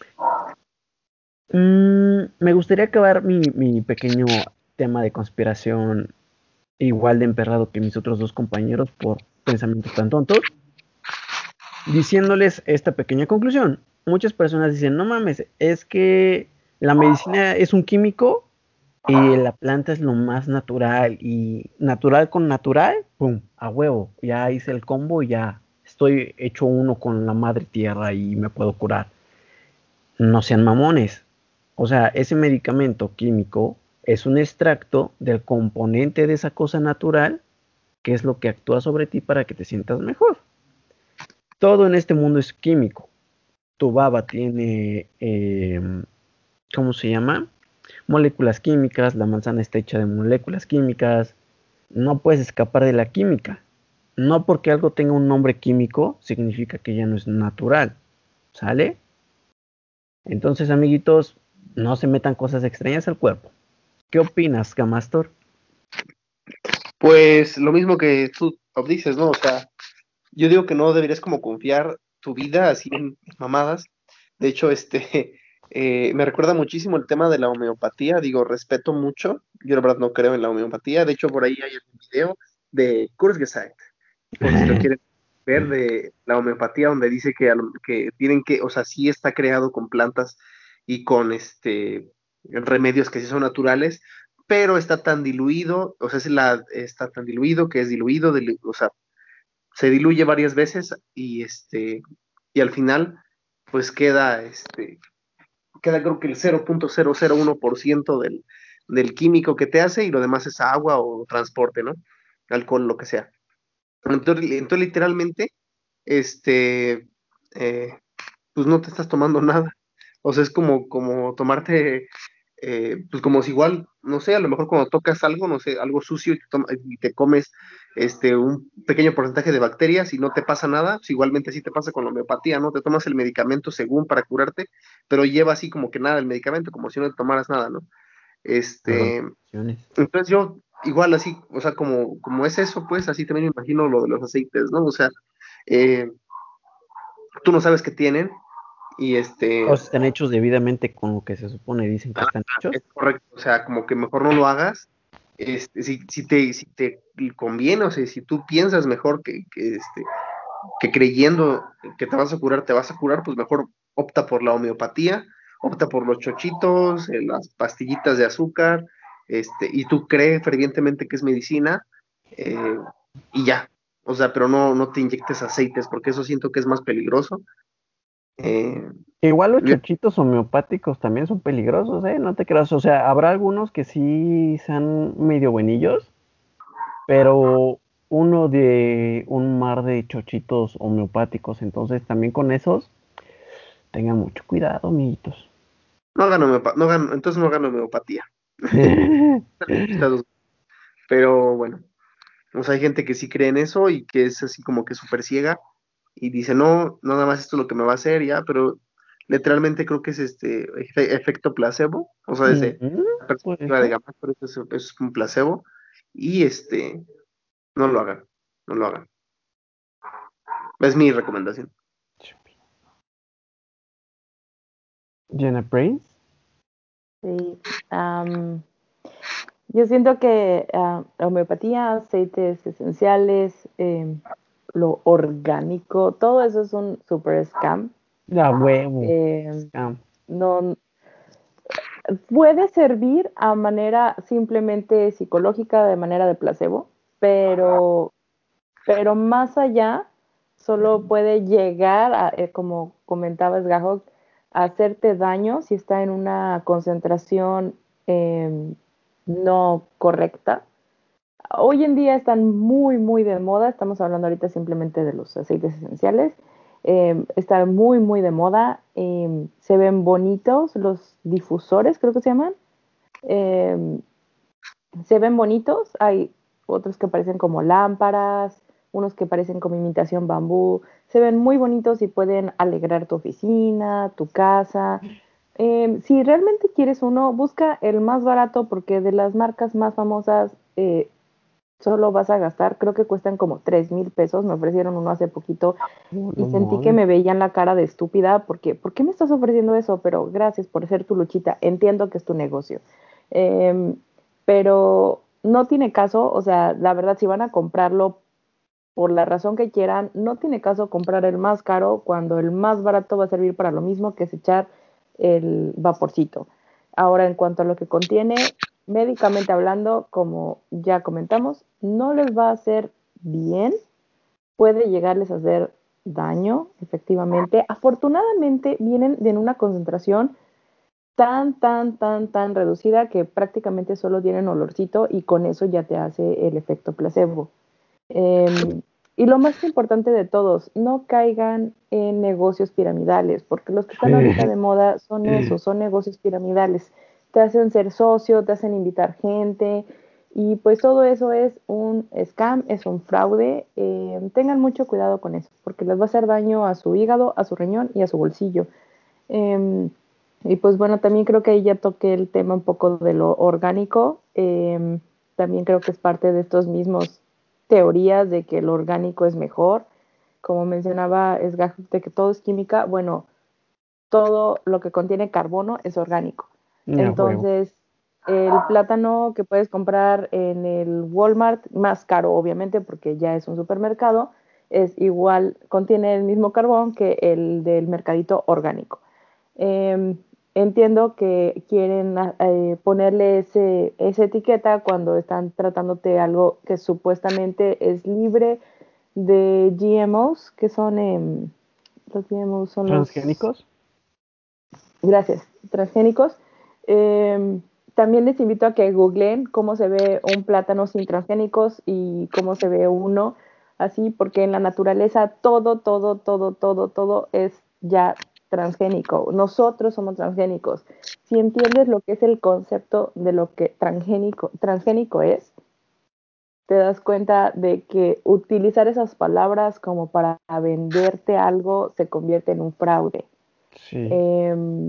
Mm, me gustaría acabar mi, mi pequeño tema de conspiración igual de emperrado que mis otros dos compañeros por pensamientos tan tontos, diciéndoles esta pequeña conclusión. Muchas personas dicen, no mames, es que la medicina es un químico y la planta es lo más natural y natural con natural, pum, a huevo, ya hice el combo, ya estoy hecho uno con la madre tierra y me puedo curar. No sean mamones. O sea, ese medicamento químico es un extracto del componente de esa cosa natural que es lo que actúa sobre ti para que te sientas mejor. Todo en este mundo es químico. Tu baba tiene, eh, ¿cómo se llama? Moléculas químicas, la manzana está hecha de moléculas químicas. No puedes escapar de la química. No porque algo tenga un nombre químico significa que ya no es natural. ¿Sale? Entonces, amiguitos, no se metan cosas extrañas al cuerpo. ¿Qué opinas, Gamastor? Pues lo mismo que tú dices, ¿no? O sea, yo digo que no deberías como confiar tu vida así en mamadas. De hecho, este, eh, me recuerda muchísimo el tema de la homeopatía. Digo, respeto mucho. Yo la verdad no creo en la homeopatía. De hecho, por ahí hay un video de Kurzgesagt, por si lo quieren ver, de la homeopatía, donde dice que, a lo- que tienen que, o sea, sí está creado con plantas y con este remedios que sí son naturales, pero está tan diluido, o sea, es la, está tan diluido que es diluido, dilu- o sea, se diluye varias veces y este y al final pues queda este queda creo que el cero punto cero cero uno por ciento del, del químico que te hace y lo demás es agua o transporte, ¿no? Alcohol, lo que sea. Entonces, entonces literalmente, este, eh, pues no te estás tomando nada. O sea, es como, como tomarte, eh, pues como si igual, no sé, a lo mejor cuando tocas algo, no sé, algo sucio y te, toma- y te comes este, un pequeño porcentaje de bacterias y no te pasa nada, pues igualmente así te pasa con la homeopatía, ¿no? Te tomas el medicamento según para curarte, pero lleva así como que nada el medicamento, como si no te tomaras nada, ¿no? Este, Recomendaciones. entonces yo igual así, o sea, como, como es eso, pues así también me imagino lo de los aceites, ¿no? O sea, eh, tú no sabes qué tienen y este, Todos están hechos debidamente con lo que se supone dicen que ah, están hechos. es correcto, o sea, como que mejor no lo hagas, este, si, si te, si te conviene, o sea, si tú piensas mejor que, que, este, que creyendo que te vas a curar, te vas a curar, pues mejor opta por la homeopatía, opta por los chochitos, eh, las pastillitas de azúcar, este, y tú crees fervientemente que es medicina, eh, y ya, o sea, pero no, no te inyectes aceites, porque eso siento que es más peligroso. Eh, Igual los yo- chochitos homeopáticos también son peligrosos, ¿eh? No te creas. O sea, habrá algunos que sí sean medio buenillos, pero uno de un mar de chochitos homeopáticos. Entonces, también con esos, tengan mucho cuidado, amiguitos. no hagan homeopatía, no hagan, entonces no hagan homeopatía. Pero bueno, o sea, hay gente que sí cree en eso y que es así como que súper ciega y dice, no, nada más esto es lo que me va a hacer, ya, pero literalmente creo que es este efe- efecto placebo, o sea, desde Ujú, la puede perspectiva de ser. Gamma, pero eso es, es un placebo, y este, no lo hagan, no lo hagan. Es mi recomendación. Jenna Prince. Sí. am, yo siento que ah, la homeopatía, aceites esenciales, em, lo orgánico, todo eso es un super scam. La huevo. Em, Scam. no puede servir a manera simplemente psicológica, de manera de placebo, pero, pero más allá, solo puede llegar a, eh, como comentaba Esgajo, a hacerte daño si está en una concentración eh, no correcta. Hoy en día están muy, muy de moda. Estamos hablando ahorita simplemente de los aceites esenciales. Eh, están muy, muy de moda. Eh, se ven bonitos los difusores, creo que se llaman. Eh, Se ven bonitos. Hay otros que parecen como lámparas, unos que parecen como imitación bambú. Se ven muy bonitos y pueden alegrar tu oficina, tu casa. Eh, si realmente quieres uno, busca el más barato porque de las marcas más famosas eh, solo vas a gastar, creo que cuestan como tres mil pesos, me ofrecieron uno hace poquito Oh, y no sentí que mames. me veían la cara de estúpida porque, ¿por qué me estás ofreciendo eso? Pero gracias por ser tu luchita, entiendo que es tu negocio. Eh, pero no tiene caso, o sea, la verdad, si van a comprarlo por la razón que quieran, no tiene caso comprar el más caro cuando el más barato va a servir para lo mismo que es echar el vaporcito. Ahora, en cuanto a lo que contiene, médicamente hablando, como ya comentamos, no les va a hacer bien, puede llegarles a hacer daño, efectivamente. Afortunadamente, vienen de una concentración tan, tan, tan, tan reducida que prácticamente solo tienen olorcito y con eso ya te hace el efecto placebo. Eh, y lo más importante de todos, no caigan en negocios piramidales, porque los que están ahorita de moda son esos, son negocios piramidales. Te hacen ser socio, te hacen invitar gente, y pues todo eso es un scam, es un fraude. Eh, tengan mucho cuidado con eso, porque les va a hacer daño a su hígado, a su riñón y a su bolsillo. Eh, y pues bueno, también creo que ahí ya toqué el tema un poco de lo orgánico. Eh, también creo que es parte de estos mismos teorías de que lo orgánico es mejor. Como mencionaba Esgaj, de que todo es química, bueno, todo lo que contiene carbono es orgánico. La huevo. Entonces, el plátano que puedes comprar en el Walmart, más caro obviamente porque ya es un supermercado, es igual, contiene el mismo carbón que el del mercadito orgánico. Eh, Entiendo que quieren eh, ponerle ese, esa etiqueta cuando están tratándote algo que supuestamente es libre de G M Os, que son eh, los G M Os son los, ¿Transgénicos? gracias, transgénicos. Eh, También les invito a que googleen cómo se ve un plátano sin transgénicos y cómo se ve uno así, porque en la naturaleza todo, todo, todo, todo, todo es ya transgénico. Nosotros somos transgénicos. Si entiendes lo que es el concepto de lo que transgénico, transgénico es, te das cuenta de que utilizar esas palabras como para venderte algo se convierte en un fraude. Sí. Eh,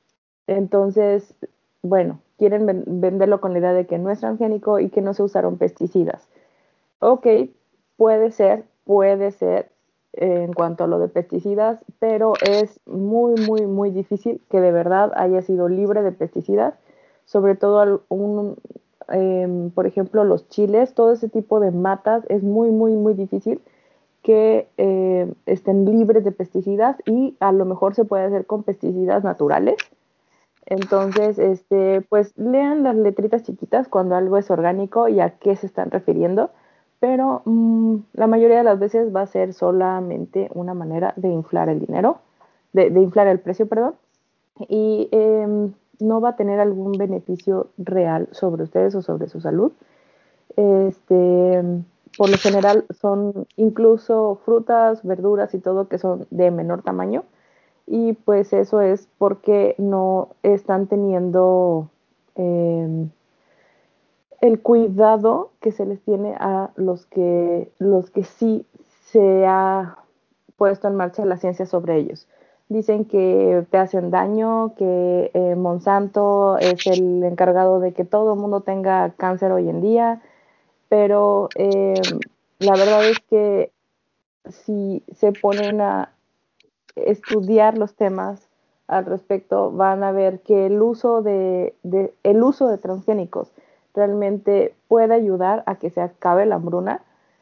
entonces, bueno, quieren ven- venderlo con la idea de que no es transgénico y que no se usaron pesticidas. Ok, puede ser, puede ser eh, en cuanto a lo de pesticidas, pero es muy, muy, muy difícil que de verdad haya sido libre de pesticidas, sobre todo al- un, em, por ejemplo, los chiles, todo ese tipo de matas, es muy, muy, muy difícil que eh, estén libres de pesticidas y a lo mejor se puede hacer con pesticidas naturales. Entonces, este, pues lean las letritas chiquitas cuando algo es orgánico y a qué se están refiriendo, pero mmm, la mayoría de las veces va a ser solamente una manera de inflar el dinero, de, de inflar el precio, perdón, y eh, no va a tener algún beneficio real sobre ustedes o sobre su salud. Este, por lo general son incluso frutas, verduras y todo que son de menor tamaño y pues eso es porque no están teniendo eh, el cuidado que se les tiene a los que, los que sí se ha puesto en marcha la ciencia sobre ellos. dicen que te hacen daño, que eh, Monsanto es el encargado de que todo el mundo tenga cáncer hoy en día, pero eh, la verdad es que si se ponen a estudiar los temas al respecto, van a ver que el uso de, de, el uso de transgénicos realmente puede ayudar a que se acabe la hambruna,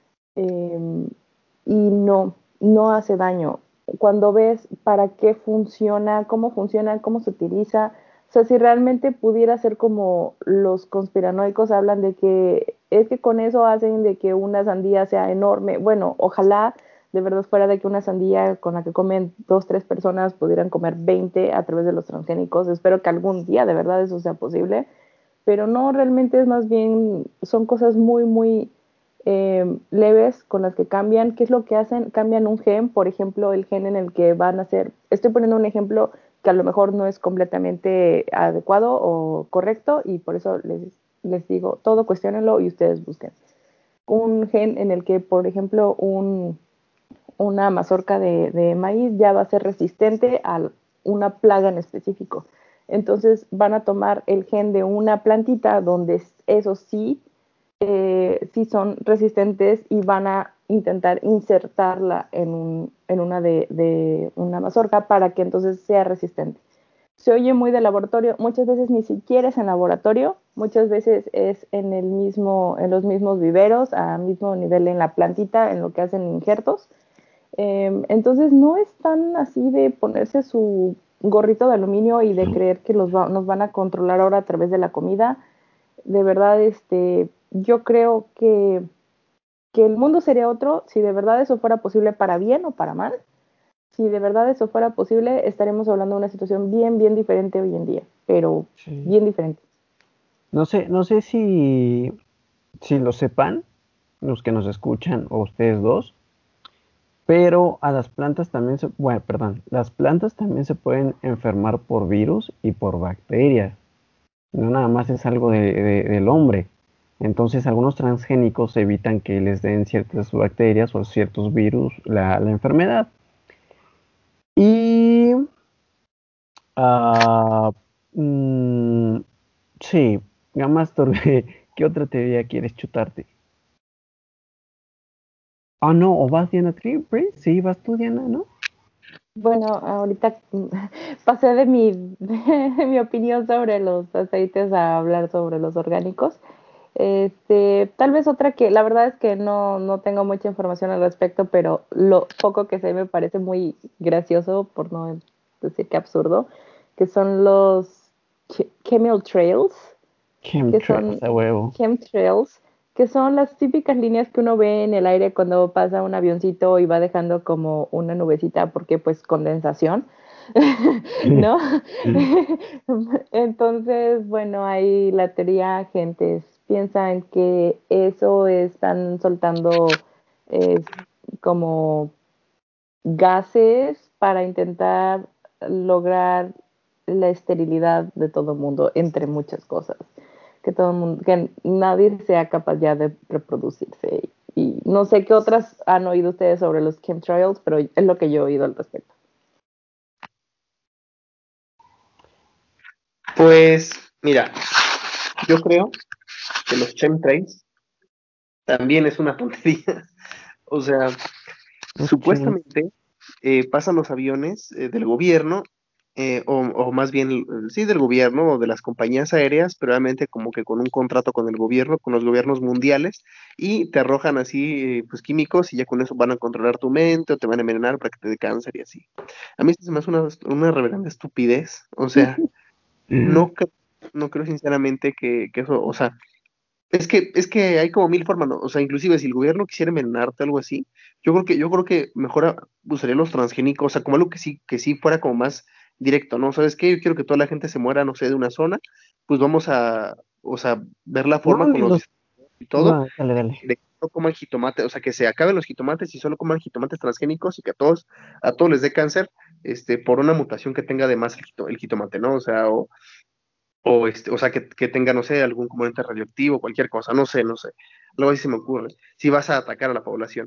eh, y no, no hace daño. Cuando ves para qué funciona, cómo funciona, cómo se utiliza, o sea, si realmente pudiera ser como los conspiranoicos hablan de que es que con eso hacen de que una sandía sea enorme. Bueno, ojalá de verdad fuera de que una sandía con la que comen dos, tres personas pudieran comer veinte a través de los transgénicos. Espero que algún día de verdad eso sea posible, pero no, realmente es más bien, son cosas muy, muy eh, leves con las que cambian. ¿Qué es lo que hacen? Cambian un gen, por ejemplo, el gen en el que van a hacer, estoy poniendo un ejemplo que a lo mejor no es completamente adecuado o correcto y por eso les, les digo, todo cuestionenlo y ustedes busquen. Un gen en el que, por ejemplo, un, una mazorca de, de maíz ya va a ser resistente a una plaga en específico. Entonces van a tomar el gen de una plantita donde esos sí, eh, sí son resistentes y van a intentar insertarla en, un, en una de, de una mazorca para que entonces sea resistente. Se oye muy de laboratorio, muchas veces ni siquiera es en laboratorio, muchas veces es en, el mismo, en los mismos viveros, a mismo nivel en la plantita, en lo que hacen injertos. Eh, entonces no es tan así de ponerse su gorrito de aluminio y de creer que los va, nos van a controlar ahora a través de la comida. De verdad, este, yo creo que, que el mundo sería otro si de verdad eso fuera posible para bien o para mal. Si de verdad eso fuera posible, estaremos hablando de una situación bien, bien diferente hoy en día, pero Sí. bien diferente. No sé, no sé si, si lo sepan, los que nos escuchan o ustedes dos, pero a las plantas también se, bueno, perdón, las plantas también se pueden enfermar por virus y por bacterias. No nada más es algo de, de- del hombre. Entonces, algunos transgénicos evitan que les den ciertas bacterias o ciertos virus la, la enfermedad. Y ah, mm, sí, Gamastor, ¿qué otra teoría quieres chutarte? Ah, no, o vas Diana Tree, sí, vas tú, Diana, ¿no? Bueno, ahorita pasé de mi, de mi opinión sobre los aceites a hablar sobre los orgánicos. Este, tal vez otra que la verdad es que no, no tengo mucha información al respecto, pero lo poco que sé me parece muy gracioso, por no decir que absurdo, que son los ch- chemtrails, que Chemtrails, son a huevo. chemtrails, que son las típicas líneas que uno ve en el aire cuando pasa un avioncito y va dejando como una nubecita porque pues condensación, ¿no? Entonces, bueno, ahí la teoría, gentes piensan que eso están soltando eh, como gases para intentar lograr la esterilidad de todo el mundo, entre muchas cosas. Que todo el mundo, que nadie sea capaz ya de reproducirse. Y no sé qué otras han oído ustedes sobre los chemtrails, pero es lo que yo he oído al respecto. Pues mira, yo creo que los chemtrails también es una tontería. O sea, Los chem- supuestamente eh, pasan los aviones eh, del gobierno, eh, o, o más bien, eh, sí, del gobierno o de las compañías aéreas, pero realmente como que con un contrato con el gobierno, con los gobiernos mundiales, y te arrojan así, eh, pues químicos y ya con eso van a controlar tu mente o te van a envenenar para que te dé cáncer y así. A mí se me hace una, una reverenda estupidez. O sea, no, cre- no creo sinceramente que, que eso, o sea, es que, es que hay como mil formas, ¿no? O sea, inclusive si el gobierno quisiera envenenarte o algo así, yo creo que, yo creo que mejor a- usaría los transgénicos, o sea, como algo que sí, que sí fuera como más directo, ¿no? ¿Sabes qué? Yo quiero que toda la gente se muera, no sé, de una zona, pues vamos a, o sea, ver la No, forma con y los los... dis- y todo, Va, dale, dale. de que no coman jitomate, o sea, que se acaben los jitomates y solo coman jitomates transgénicos y que a todos, a todos les dé cáncer, este, por una mutación que tenga además el, jito- el jitomate, ¿no? O sea, o o, este, o sea, que, que tenga, no sé, algún componente radioactivo, cualquier cosa, no sé, no sé. Algo así se me ocurre. Si vas a atacar a la población.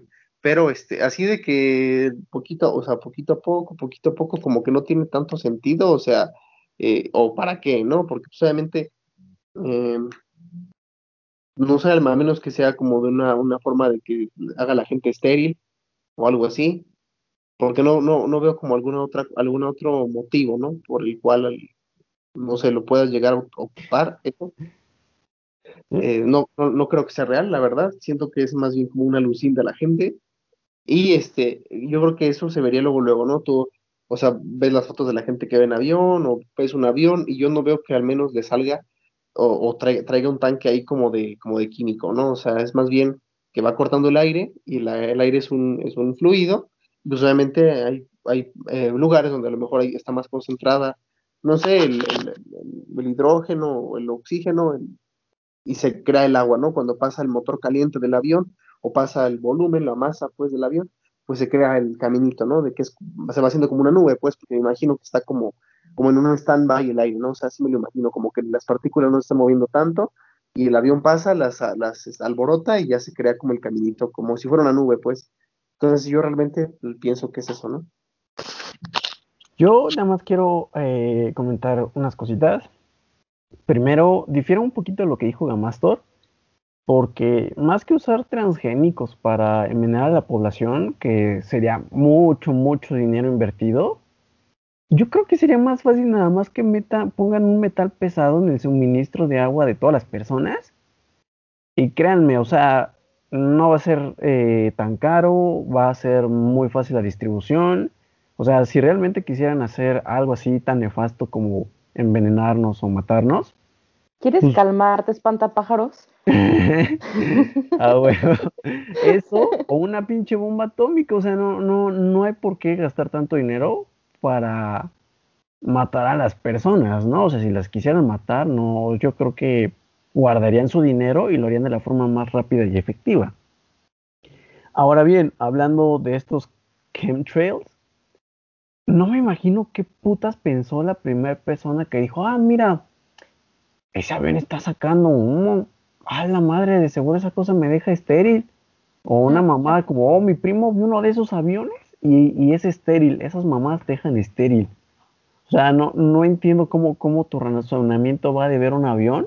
pero este, así de que poquito, o sea, poquito a poco, poquito a poco, como que no tiene tanto sentido, o sea, eh, o para qué, ¿no? Porque pues, obviamente, eh, no sé, a menos que sea como de una, una forma de que haga la gente estéril o algo así, porque no, no, no veo como alguna otra, algún otro motivo, ¿no? Por el cual, no sé, lo puedas llegar a ocupar, eso. ¿sí? Eh, no, no, no creo que sea real, la verdad, siento que es más bien como una alucin de la gente. Y este, yo creo que eso se vería luego, luego, ¿no? Tú, o sea, ves las fotos de la gente que ve en avión o ves un avión y yo no veo que al menos le salga o, o trai- traiga un tanque ahí como de, como de químico, ¿no? O sea, es más bien que va cortando el aire y la- el aire es un, es un fluido. Pues obviamente hay, hay eh, lugares donde a lo mejor ahí está más concentrada, no sé, el, el- el- el hidrógeno o el oxígeno el- y se crea el agua, ¿no? Cuando pasa el motor caliente del avión o pasa el volumen, la masa, pues, del avión, pues se crea el caminito, ¿no? De que es, se va haciendo como una nube, pues, porque me imagino que está como, como en un stand-by el aire, ¿no? O sea, así me lo imagino, como que las partículas no se están moviendo tanto y el avión pasa, las, las este, alborota y ya se crea como el caminito, como si fuera una nube, pues. Entonces yo realmente pienso que es eso, ¿no? Yo nada más quiero eh, comentar unas cositas. Primero, difiere un poquito de lo que dijo Gamastor, porque más que usar transgénicos para envenenar a la población, que sería mucho, mucho dinero invertido, yo creo que sería más fácil nada más que meta, pongan un metal pesado en el suministro de agua de todas las personas. Y créanme, o sea, no va a ser eh, tan caro, va a ser muy fácil la distribución. O sea, si realmente quisieran hacer algo así tan nefasto como envenenarnos o matarnos, ¿Quieres pues calmarte, espantapájaros? ah, bueno, eso o una pinche bomba atómica, o sea, no, no, no hay por qué gastar tanto dinero para matar a las personas, ¿no? O sea, si las quisieran matar, no, yo creo que guardarían su dinero y lo harían de la forma más rápida y efectiva. Ahora bien, hablando de estos chemtrails, no me imagino qué putas pensó la primera persona que dijo, ah, mira, ese avión está sacando humo. Ah, la madre, de seguro esa cosa me deja estéril. O una mamada como, oh, mi primo vio uno de esos aviones y, y es estéril. Esas mamás dejan estéril. O sea, no, no entiendo cómo, cómo tu razonamiento va de ver un avión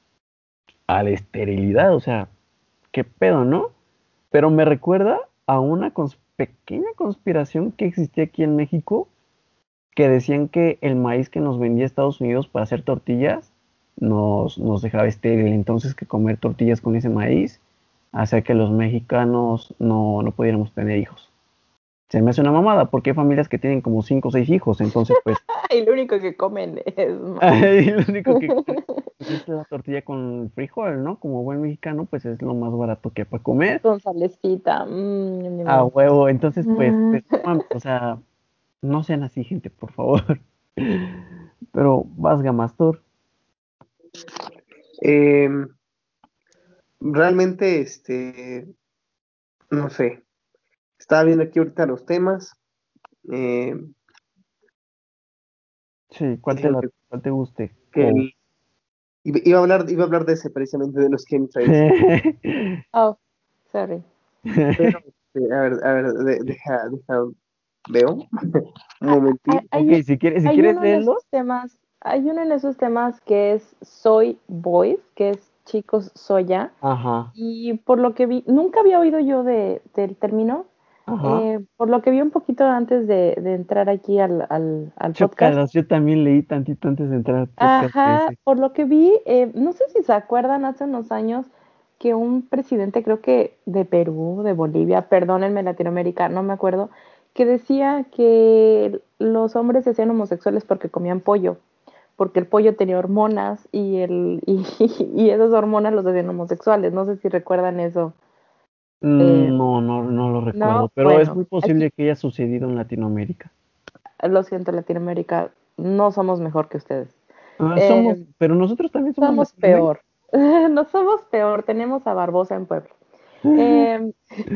a la esterilidad. O sea, qué pedo, ¿no? Pero me recuerda a una cons- pequeña conspiración que existía aquí en México, que decían que el maíz que nos vendía Estados Unidos para hacer tortillas nos, nos dejaba estéril. Entonces que comer tortillas con ese maíz hacía que los mexicanos no, no pudiéramos tener hijos. Se me hace una mamada, porque hay familias que tienen como cinco o seis hijos, entonces pues Y lo único que comen es maíz. ahí lo único que comen, pues, es la tortilla con frijol, ¿no? Como buen mexicano, pues es lo más barato que hay para comer. Con salecita. Mm, ñam, ñam, A ñam. huevo, entonces pues, Mm. pues, no mames, o sea, no sean así, gente, por favor. Pero vas, Gamastor. Eh, realmente, este, no sé, estaba viendo aquí ahorita los temas. eh, Sí, y ¿cuál te, digo la- que, cuál te guste? que O... el- iba iba a hablar, iba a hablar de ese precisamente de los chemtrails, Oh, sorry. pero este, a ver, a ver, de- deja, deja, veo un Ah, ah, momentito. Ok, Hay, si quieres, si hay quieres uno en leerlos. esos temas, hay uno en esos temas que es Soy Boys, que es chicos soya, Ajá, y por lo que vi, nunca había oído yo de, del término, ajá. eh, por lo que vi un poquito antes de, de entrar aquí al, al, al podcast. Chócalas, yo también leí tantito antes de entrar al podcast de Ajá, ese. por lo que vi, eh, no sé si se acuerdan hace unos años que un presidente, creo que de Perú, de Bolivia, perdónenme Latinoamérica, no me acuerdo, que decía que los hombres se hacían homosexuales porque comían pollo, porque el pollo tenía hormonas y, el, y, y esas hormonas los hacían homosexuales. No sé si recuerdan eso. Eh, Mm, No, no, no lo recuerdo, no, pero es bueno, muy aquí, posible que haya sucedido en Latinoamérica. lo siento, Latinoamérica, no somos mejor que ustedes. Ah, somos, Eh, pero nosotros también somos Somos Latinoamérica. peor. No somos peor, tenemos a Barbosa en Puebla. Em,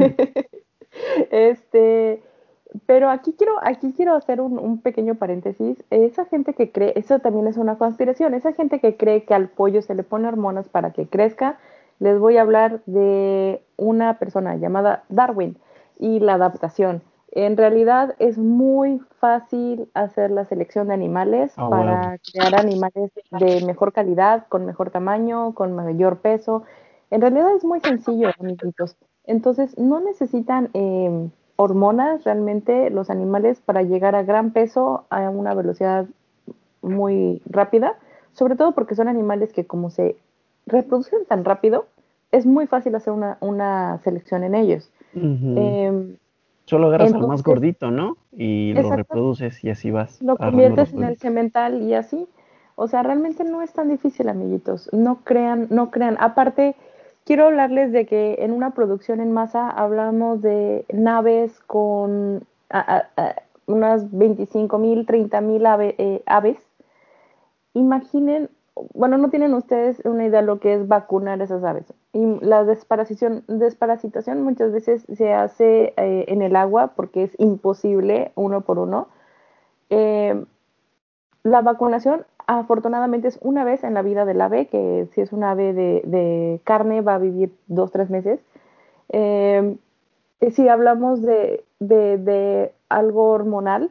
este, pero aquí quiero, aquí quiero hacer un, un pequeño paréntesis. Esa gente que cree, eso también es una conspiración, esa gente que cree que al pollo se le pone hormonas para que crezca, les voy a hablar de una persona llamada Darwin. y la adaptación. En realidad es muy fácil hacer la selección de animales Ah, huevo. para crear animales de mejor calidad, con mejor tamaño, con mayor peso. En realidad es muy sencillo, amiguitos. Entonces, no necesitan eh, hormonas realmente los animales para llegar a gran peso a una velocidad muy rápida, sobre todo porque son animales que como se reproducen tan rápido, es muy fácil hacer una, una selección en ellos. Ujú. Eh, Solo agarras al más entonces, gordito, ¿no? Y lo exacto, reproduces y así vas lo agarrando los conviertes en el gorditos. semental y así. O sea, realmente no es tan difícil, amiguitos. No crean, no crean. Aparte, quiero hablarles de que en una producción en masa hablamos de naves con a, a, a, unas veinticinco mil, treinta mil ave, eh, aves. Imaginen, bueno, no tienen ustedes una idea de lo que es vacunar esas aves. Y la desparasitación, desparasitación muchas veces se hace eh, en el agua porque es imposible uno por uno. Eh, la vacunación, afortunadamente, es una vez en la vida del ave, que si es un ave de, de carne va a vivir dos, tres meses. Eh, si hablamos de, de, de algo hormonal,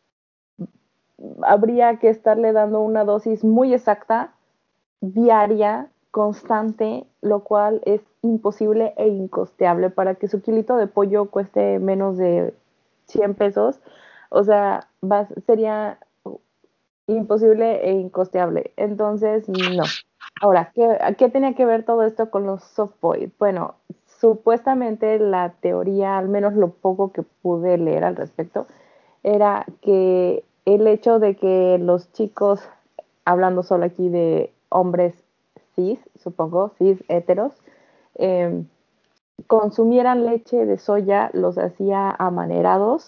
habría que estarle dando una dosis muy exacta, diaria, constante, lo cual es imposible e incosteable para que su kilito de pollo cueste menos de cien pesos. O sea, va, sería imposible e incosteable. Entonces, no. Ahora, ¿qué, ¿qué tenía que ver todo esto con los soft boys? Bueno, supuestamente la teoría, al menos lo poco que pude leer al respecto, era que el hecho de que los chicos, hablando solo aquí de hombres cis, supongo, cis heteros, eh, consumieran leche de soya los hacía amanerados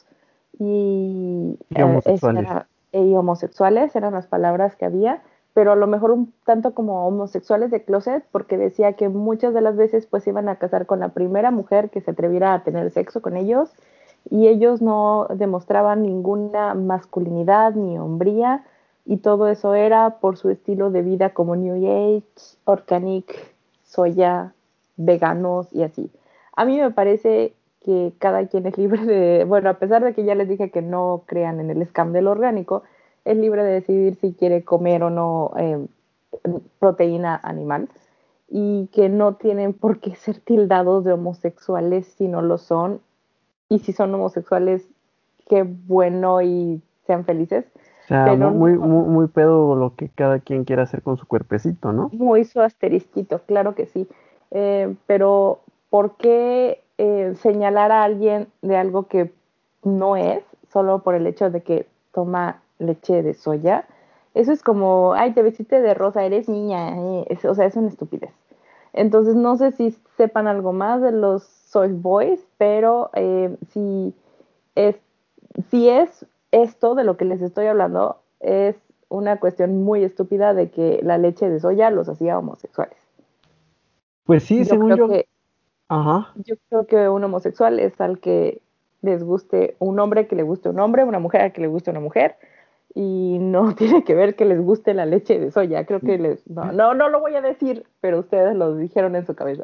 y, Y eh, eso homosexuales. era, y homosexuales, eran las palabras que había, pero a lo mejor un tanto como homosexuales de closet, porque decía que muchas de las veces pues iban a casar con la primera mujer que se atreviera a tener sexo con ellos y ellos no demostraban ninguna masculinidad ni hombría y todo eso era por su estilo de vida como New Age, organic, soya, veganos y así. A mí me parece que cada quien es libre de, bueno, a pesar de que ya les dije que no crean en el scam del orgánico, es libre de decidir si quiere comer o no eh, proteína animal y que no tienen por qué ser tildados de homosexuales si no lo son y si son homosexuales, qué bueno y sean felices, O sea, pero mu- muy, no, muy, muy pedo lo que cada quien quiera hacer con su cuerpecito, ¿no? muy su asterisquito, claro que sí. Eh, pero, ¿por qué eh, señalar a alguien de algo que no es, solo por el hecho de que toma leche de soya? Eso es como, ay, te vestiste de rosa, eres niña. eh, es- o sea, es una estupidez. Entonces, no sé si sepan algo más de los soy boys, pero eh, si es, si es esto de lo que les estoy hablando, es una cuestión muy estúpida de que la leche de soya los hacía homosexuales. Pues sí, Yo según creo yo. que, Ajá. yo creo que un homosexual es al que les guste un hombre que le guste un hombre, una mujer a que le guste una mujer, y no tiene que ver que les guste la leche de soya. Creo que les, no, no, no lo voy a decir, pero ustedes lo dijeron en su cabeza.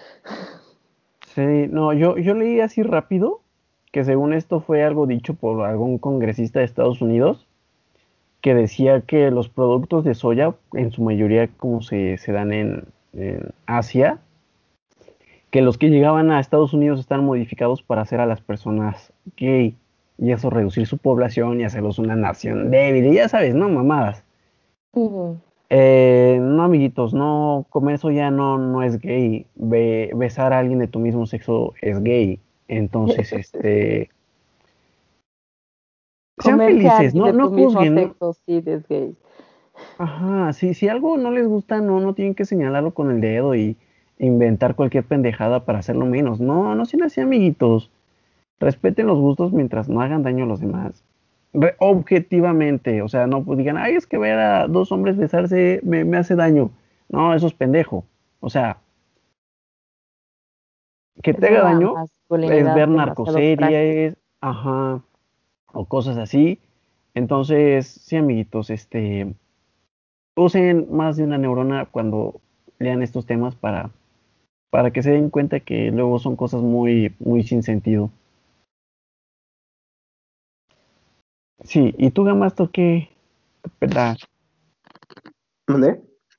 Sí, no, yo, yo leí así rápido que según esto fue algo dicho por algún congresista de Estados Unidos que decía que los productos de soya, en su mayoría como se, se dan en, en Asia, que los que llegaban a Estados Unidos están modificados para hacer a las personas gay y eso reducir su población y hacerlos una nación débil. Y ya sabes, ¿no? Mamadas. Ujú. Eh, no, amiguitos, no, comer soya no, no es gay. Be- besar a alguien de tu mismo sexo es gay. Entonces, este, sean Comerse a felices, alguien no, de no tu mismo juzguen, ¿no? sexo sí es gay. Ajá, si, si algo no les gusta, no, no tienen que señalarlo con el dedo y inventar cualquier pendejada para hacerlo menos. No, no sean así, amiguitos. Respeten los gustos mientras no hagan daño a los demás. Re- objetivamente, o sea, no pues, digan, ay, es que ver a dos hombres besarse me, me hace daño. No, eso es pendejo. O sea, que te Es haga una daño es masculinidad ver demasiado frágil. narcoseries, ajá, o cosas así. Entonces, sí, amiguitos, este, usen más de una neurona cuando lean estos temas para, para que se den cuenta que luego son cosas muy, muy sin sentido. Sí, ¿y tú, Gamasto, qué? ¿Qué peda? ¿Vale?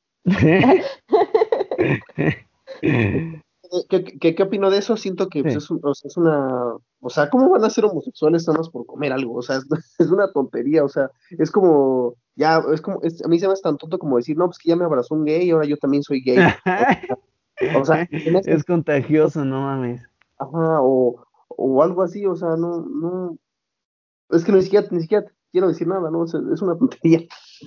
¿Qué, qué, qué opino de eso? Siento que pues, Sí. es, un- o sea, es una... O sea, ¿cómo van a ser homosexuales nada más por comer algo? O sea, es, es una tontería, o sea, es como... Ya, es como... es- a mí se me hace tan tonto como decir, no, pues que ya me abrazó un gay y ahora yo también soy gay. O, o sea, se me hace Es contagioso, no mames. ajá, o, o algo así, o sea, no, no... Es que ni siquiera, ni siquiera quiero decir nada, ¿no? O sea, es una tontería.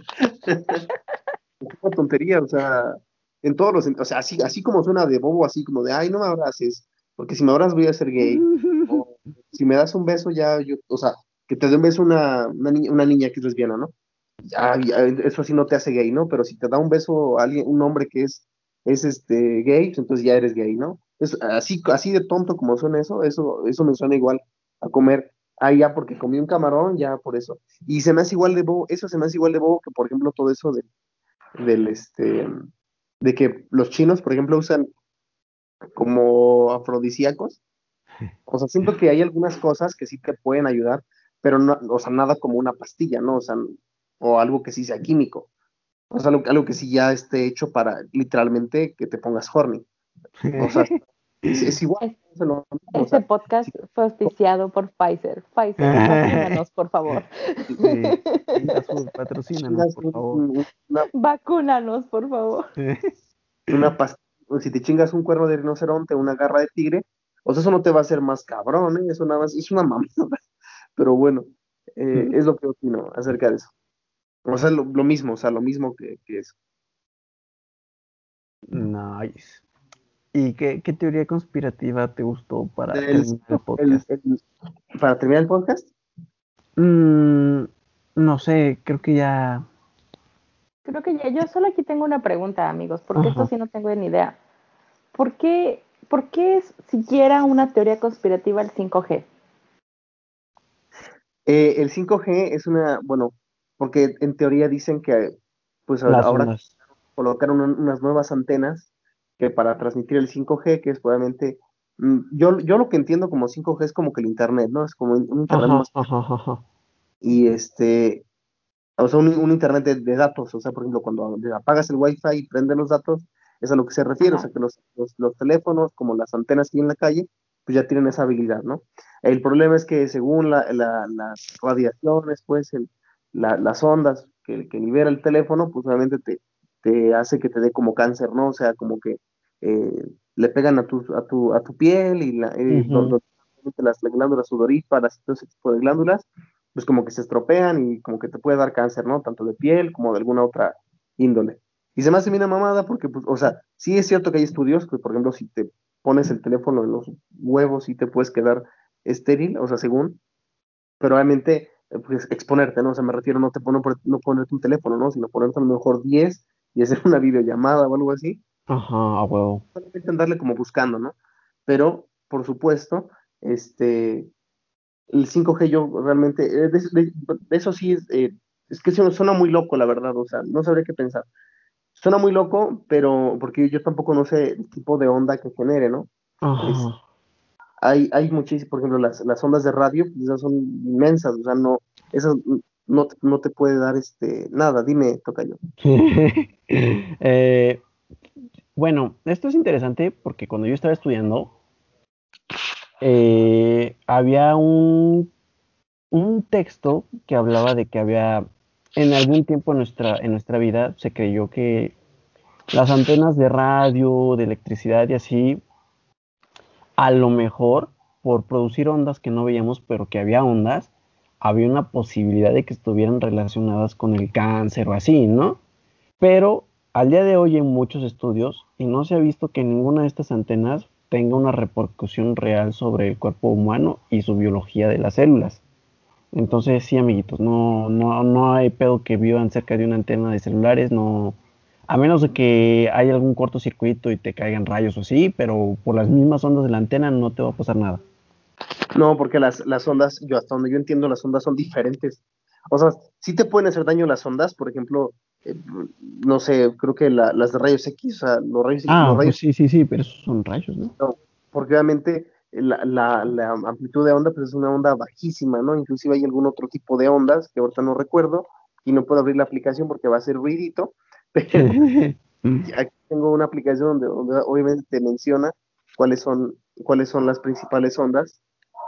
Una tontería, o sea, en todos los, sent- o sea, así, así como suena de bobo, así como de, ay, no me abraces, porque si me abrazas voy a ser gay, o si me das un beso ya, yo, o sea, que te dé un beso una, una niña, una niña que es lesbiana, ¿no? Ya, ya, eso sí no te hace gay, ¿no? Pero si te da un beso a alguien, un hombre que es, es este, gay, pues entonces ya eres gay, ¿no? Es así, así de tonto como suena eso, eso, eso me suena igual a comer, ah, ya porque comí un camarón, ya por eso. Y se me hace igual de bobo, eso se me hace igual de bobo que, por ejemplo, todo eso de del este, de que los chinos, por ejemplo, usan como afrodisíacos. O sea, siento que hay algunas cosas que sí te pueden ayudar, pero no, o sea, nada como una pastilla, ¿no? O sea, o algo que sí sea químico. O sea, algo, algo que sí ya esté hecho para literalmente que te pongas horny. O sea, es, es igual, Es- es lo mismo, o Este sea, podcast sí, fue auspiciado por Pfizer. Pfizer, vacúnanos, por favor. Sí. Intasur, patrocínanos, chingas por un- favor. un- una, Vacúnanos, por favor. una pastilla, si te chingas un cuerno de rinoceronte, una garra de tigre, o sea, eso no te va a hacer más cabrón, ¿eh? Eso nada más es una mamada. Pero bueno, eh, es lo que opino acerca de eso. O sea, lo, lo mismo, o sea, lo mismo que, que eso. Nice. ¿Y qué, qué teoría conspirativa te gustó para El, terminar el el- podcast? el- para terminar el podcast, Mm, no sé, creo que ya. Creo que ya, yo solo aquí tengo una pregunta, amigos, porque esto Ajá. sí no tengo ni idea. ¿Por qué, por qué es siquiera una teoría conspirativa el cinco G? eh, el cinco G es una, bueno, porque en teoría dicen que, pues a- Las ahora ondas. colocaron un- unas nuevas antenas que para transmitir el cinco G, que es probablemente, mm, yo, yo lo que entiendo como cinco G es como que el Internet, ¿no? Es como un un Internet Ajá, más, ajá, ajá. y este, o sea, un, un internet de, de datos, o sea, por ejemplo, cuando apagas el wifi y prende los datos, es a lo que se refiere, o Ajá. sea, que los, los, los teléfonos, como las antenas que hay en la calle, pues ya tienen esa habilidad, ¿no? El problema es que según la, la- las radiaciones, pues, el- la- las ondas que, que libera el teléfono, pues obviamente te, te hace que te dé como cáncer, ¿no? O sea, como que eh, le pegan a tu, a tu, a tu piel y la, eh, Ujú. donde las glándulas sudoríparas y todo ese tipo de glándulas, pues como que se estropean y como que te puede dar cáncer, ¿no? Tanto de piel como de alguna otra índole. Y se me hace bien una mamada porque, pues, o sea, sí es cierto que hay estudios que, por ejemplo, si te pones el teléfono en los huevos sí te puedes quedar estéril, o sea, según, pero obviamente, eh, pues, exponerte, ¿no? O sea, me refiero no te poner, no ponerte un teléfono, ¿no? Sino ponerte a lo mejor diez y hacer una videollamada o algo así, Ajá, a huevo. solamente andarle como buscando, ¿no? Pero, por supuesto, este, el cinco G yo realmente, eh, de, de- de eso sí es, eh, es que suena suena muy loco, la verdad, o sea, no sabría qué pensar. Suena muy loco, pero porque yo tampoco no sé el tipo de onda que genere, ¿no? Es, Ajá. hay, hay muchísimas, por ejemplo, las, las ondas de radio, pues esas son inmensas, o sea, no, esas no, te- no te puede dar este, nada, dime, tocayo. Eh, bueno, esto es interesante porque cuando yo estaba estudiando, eh, había un, un texto que hablaba de que había, en algún tiempo en nuestra, en nuestra vida, se creyó que las antenas de radio, de electricidad y así, a lo mejor, por producir ondas que no veíamos, pero que había ondas, había una posibilidad de que estuvieran relacionadas con el cáncer o así, ¿no? Pero al día de hoy en muchos estudios y no se ha visto que ninguna de estas antenas tenga una repercusión real sobre el cuerpo humano y su biología de las células. Entonces sí, amiguitos, no, no, no hay pedo que vivan cerca de una antena de celulares, no, a menos de que haya algún cortocircuito y te caigan rayos o así, pero por las mismas ondas de la antena no te va a pasar nada. No, porque las, las ondas, yo hasta donde yo entiendo, las ondas son diferentes. O sea, sí te pueden hacer daño las ondas, por ejemplo, eh, no sé, creo que la- las de rayos X, o sea, los rayos, los Ah, pues rayos sí, sí, sí, pero esos son rayos, ¿no? no, porque obviamente la, la, la amplitud de onda pues es una onda bajísima, ¿no? Inclusive hay algún otro tipo de ondas que ahorita no recuerdo y no puedo abrir la aplicación porque va a ser ruidito, pero aquí tengo una aplicación donde, donde obviamente te menciona cuáles son, cuáles son las principales ondas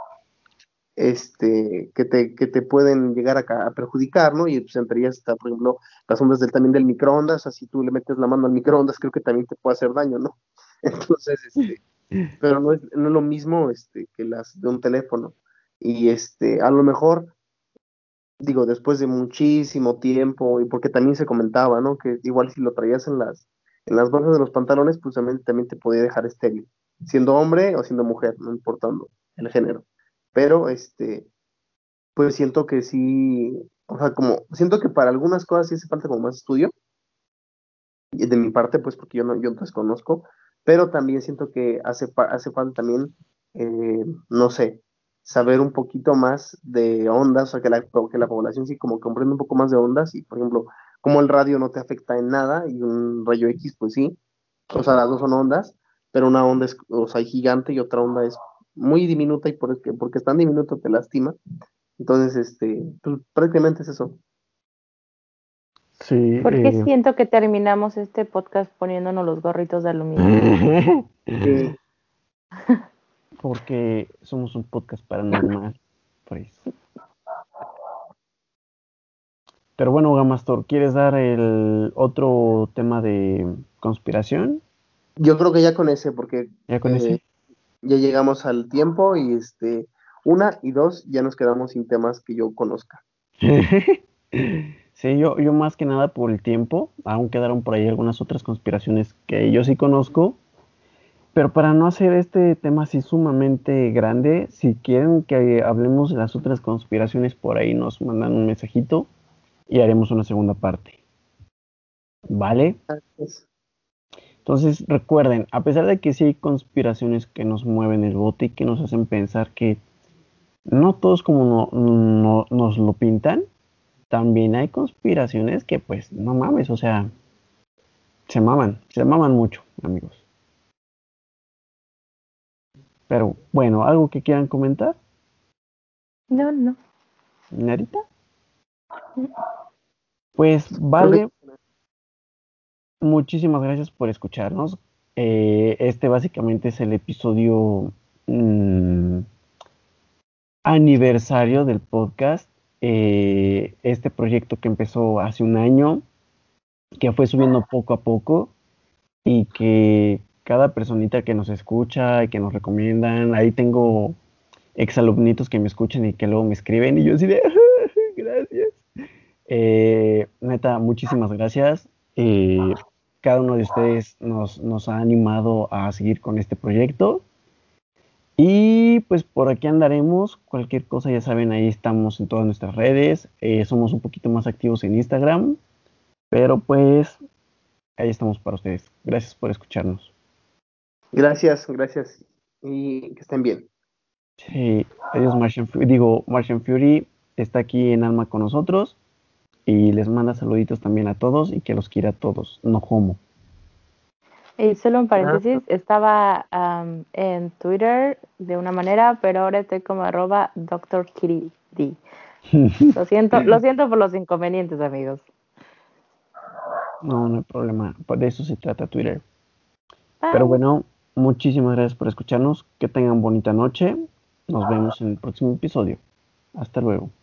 este, que te, que te pueden llegar a, ca- a perjudicar, ¿no? Y pues entre ellas está, por ejemplo, las ondas del, también del microondas, así tú le metes la mano al microondas, creo que también te puede hacer daño, ¿no? Entonces, este, pero no es, no es lo mismo este, que las de un teléfono. Y este, a lo mejor, digo, después de muchísimo tiempo, y porque también se comentaba, ¿no? Que igual si lo traías en las, en las bolsas de los pantalones, pues también, también te podía dejar estéril, siendo hombre o siendo mujer, no importando el género. Pero, este, pues siento que sí, o sea, como, siento que para algunas cosas sí hace falta como más estudio, y de mi parte, pues porque yo no, yo desconozco, pero también siento que hace, fa- hace falta también, eh, no sé, saber un poquito más de ondas, o sea, que la, que la población sí como comprende un poco más de ondas, y por ejemplo, como el radio no te afecta en nada, y un rayo X, pues sí, o sea, las dos son ondas, pero una onda es, o sea, gigante y otra onda es muy diminuta, y porque, porque es tan diminuto te lastima. Entonces, este, pues prácticamente es eso. Sí, ¿Por qué eh, siento que terminamos este podcast poniéndonos los gorritos de aluminio? Sí, porque somos un podcast paranormal, pues. Pero bueno, Gamastor, ¿quieres dar el otro tema de conspiración? yo creo que ya con ese, porque ¿Ya con eh, ese? ya llegamos al tiempo y este, una y dos, ya nos quedamos sin temas que yo conozca. Sí, yo, yo más que nada por el tiempo, aún quedaron por ahí algunas otras conspiraciones que yo sí conozco, pero para no hacer este tema así sumamente grande, si quieren que hablemos de las otras conspiraciones por ahí, nos mandan un mensajito y haremos una segunda parte, ¿vale? Es- Entonces recuerden, a pesar de que sí hay conspiraciones que nos mueven el bote y que nos hacen pensar que no todos como no, no- nos lo pintan, también hay conspiraciones que pues no mames, o sea, se maman, se maman mucho, amigos. Pero bueno, ¿algo que quieran comentar, No, no. Narita? Pues Creo que vale, muchísimas gracias por escucharnos. Eh, este básicamente es el episodio mm, aniversario del podcast. Eh, este proyecto que empezó hace un año, que fue subiendo poco a poco y que cada personita que nos escucha y que nos recomiendan, ahí tengo exalumnitos que me escuchan y que luego me escriben y yo así de gracias. Eh, neta, muchísimas gracias. Eh, cada uno de ustedes nos, nos ha animado a seguir con este proyecto. Y pues por aquí andaremos. Cualquier cosa, ya saben, ahí estamos en todas nuestras redes. Eh, somos un poquito más activos en Instagram. Pero pues ahí estamos para ustedes. Gracias por escucharnos. gracias, gracias y que estén bien. Sí, adiós Martian Fury. Digo, Martian Fury está aquí en alma con nosotros. Y les manda saluditos también a todos y que los quiera a todos. No homo. Y solo un Gracias. paréntesis, estaba am, en Twitter de una manera, pero ahora estoy como arroba doctor Kitty D. Lo siento, lo siento por los inconvenientes, amigos. No, no hay problema. De eso se trata Twitter. Pero Bye. bueno, muchísimas gracias por escucharnos. Que tengan bonita noche. Nos vemos en el próximo episodio. Hasta luego.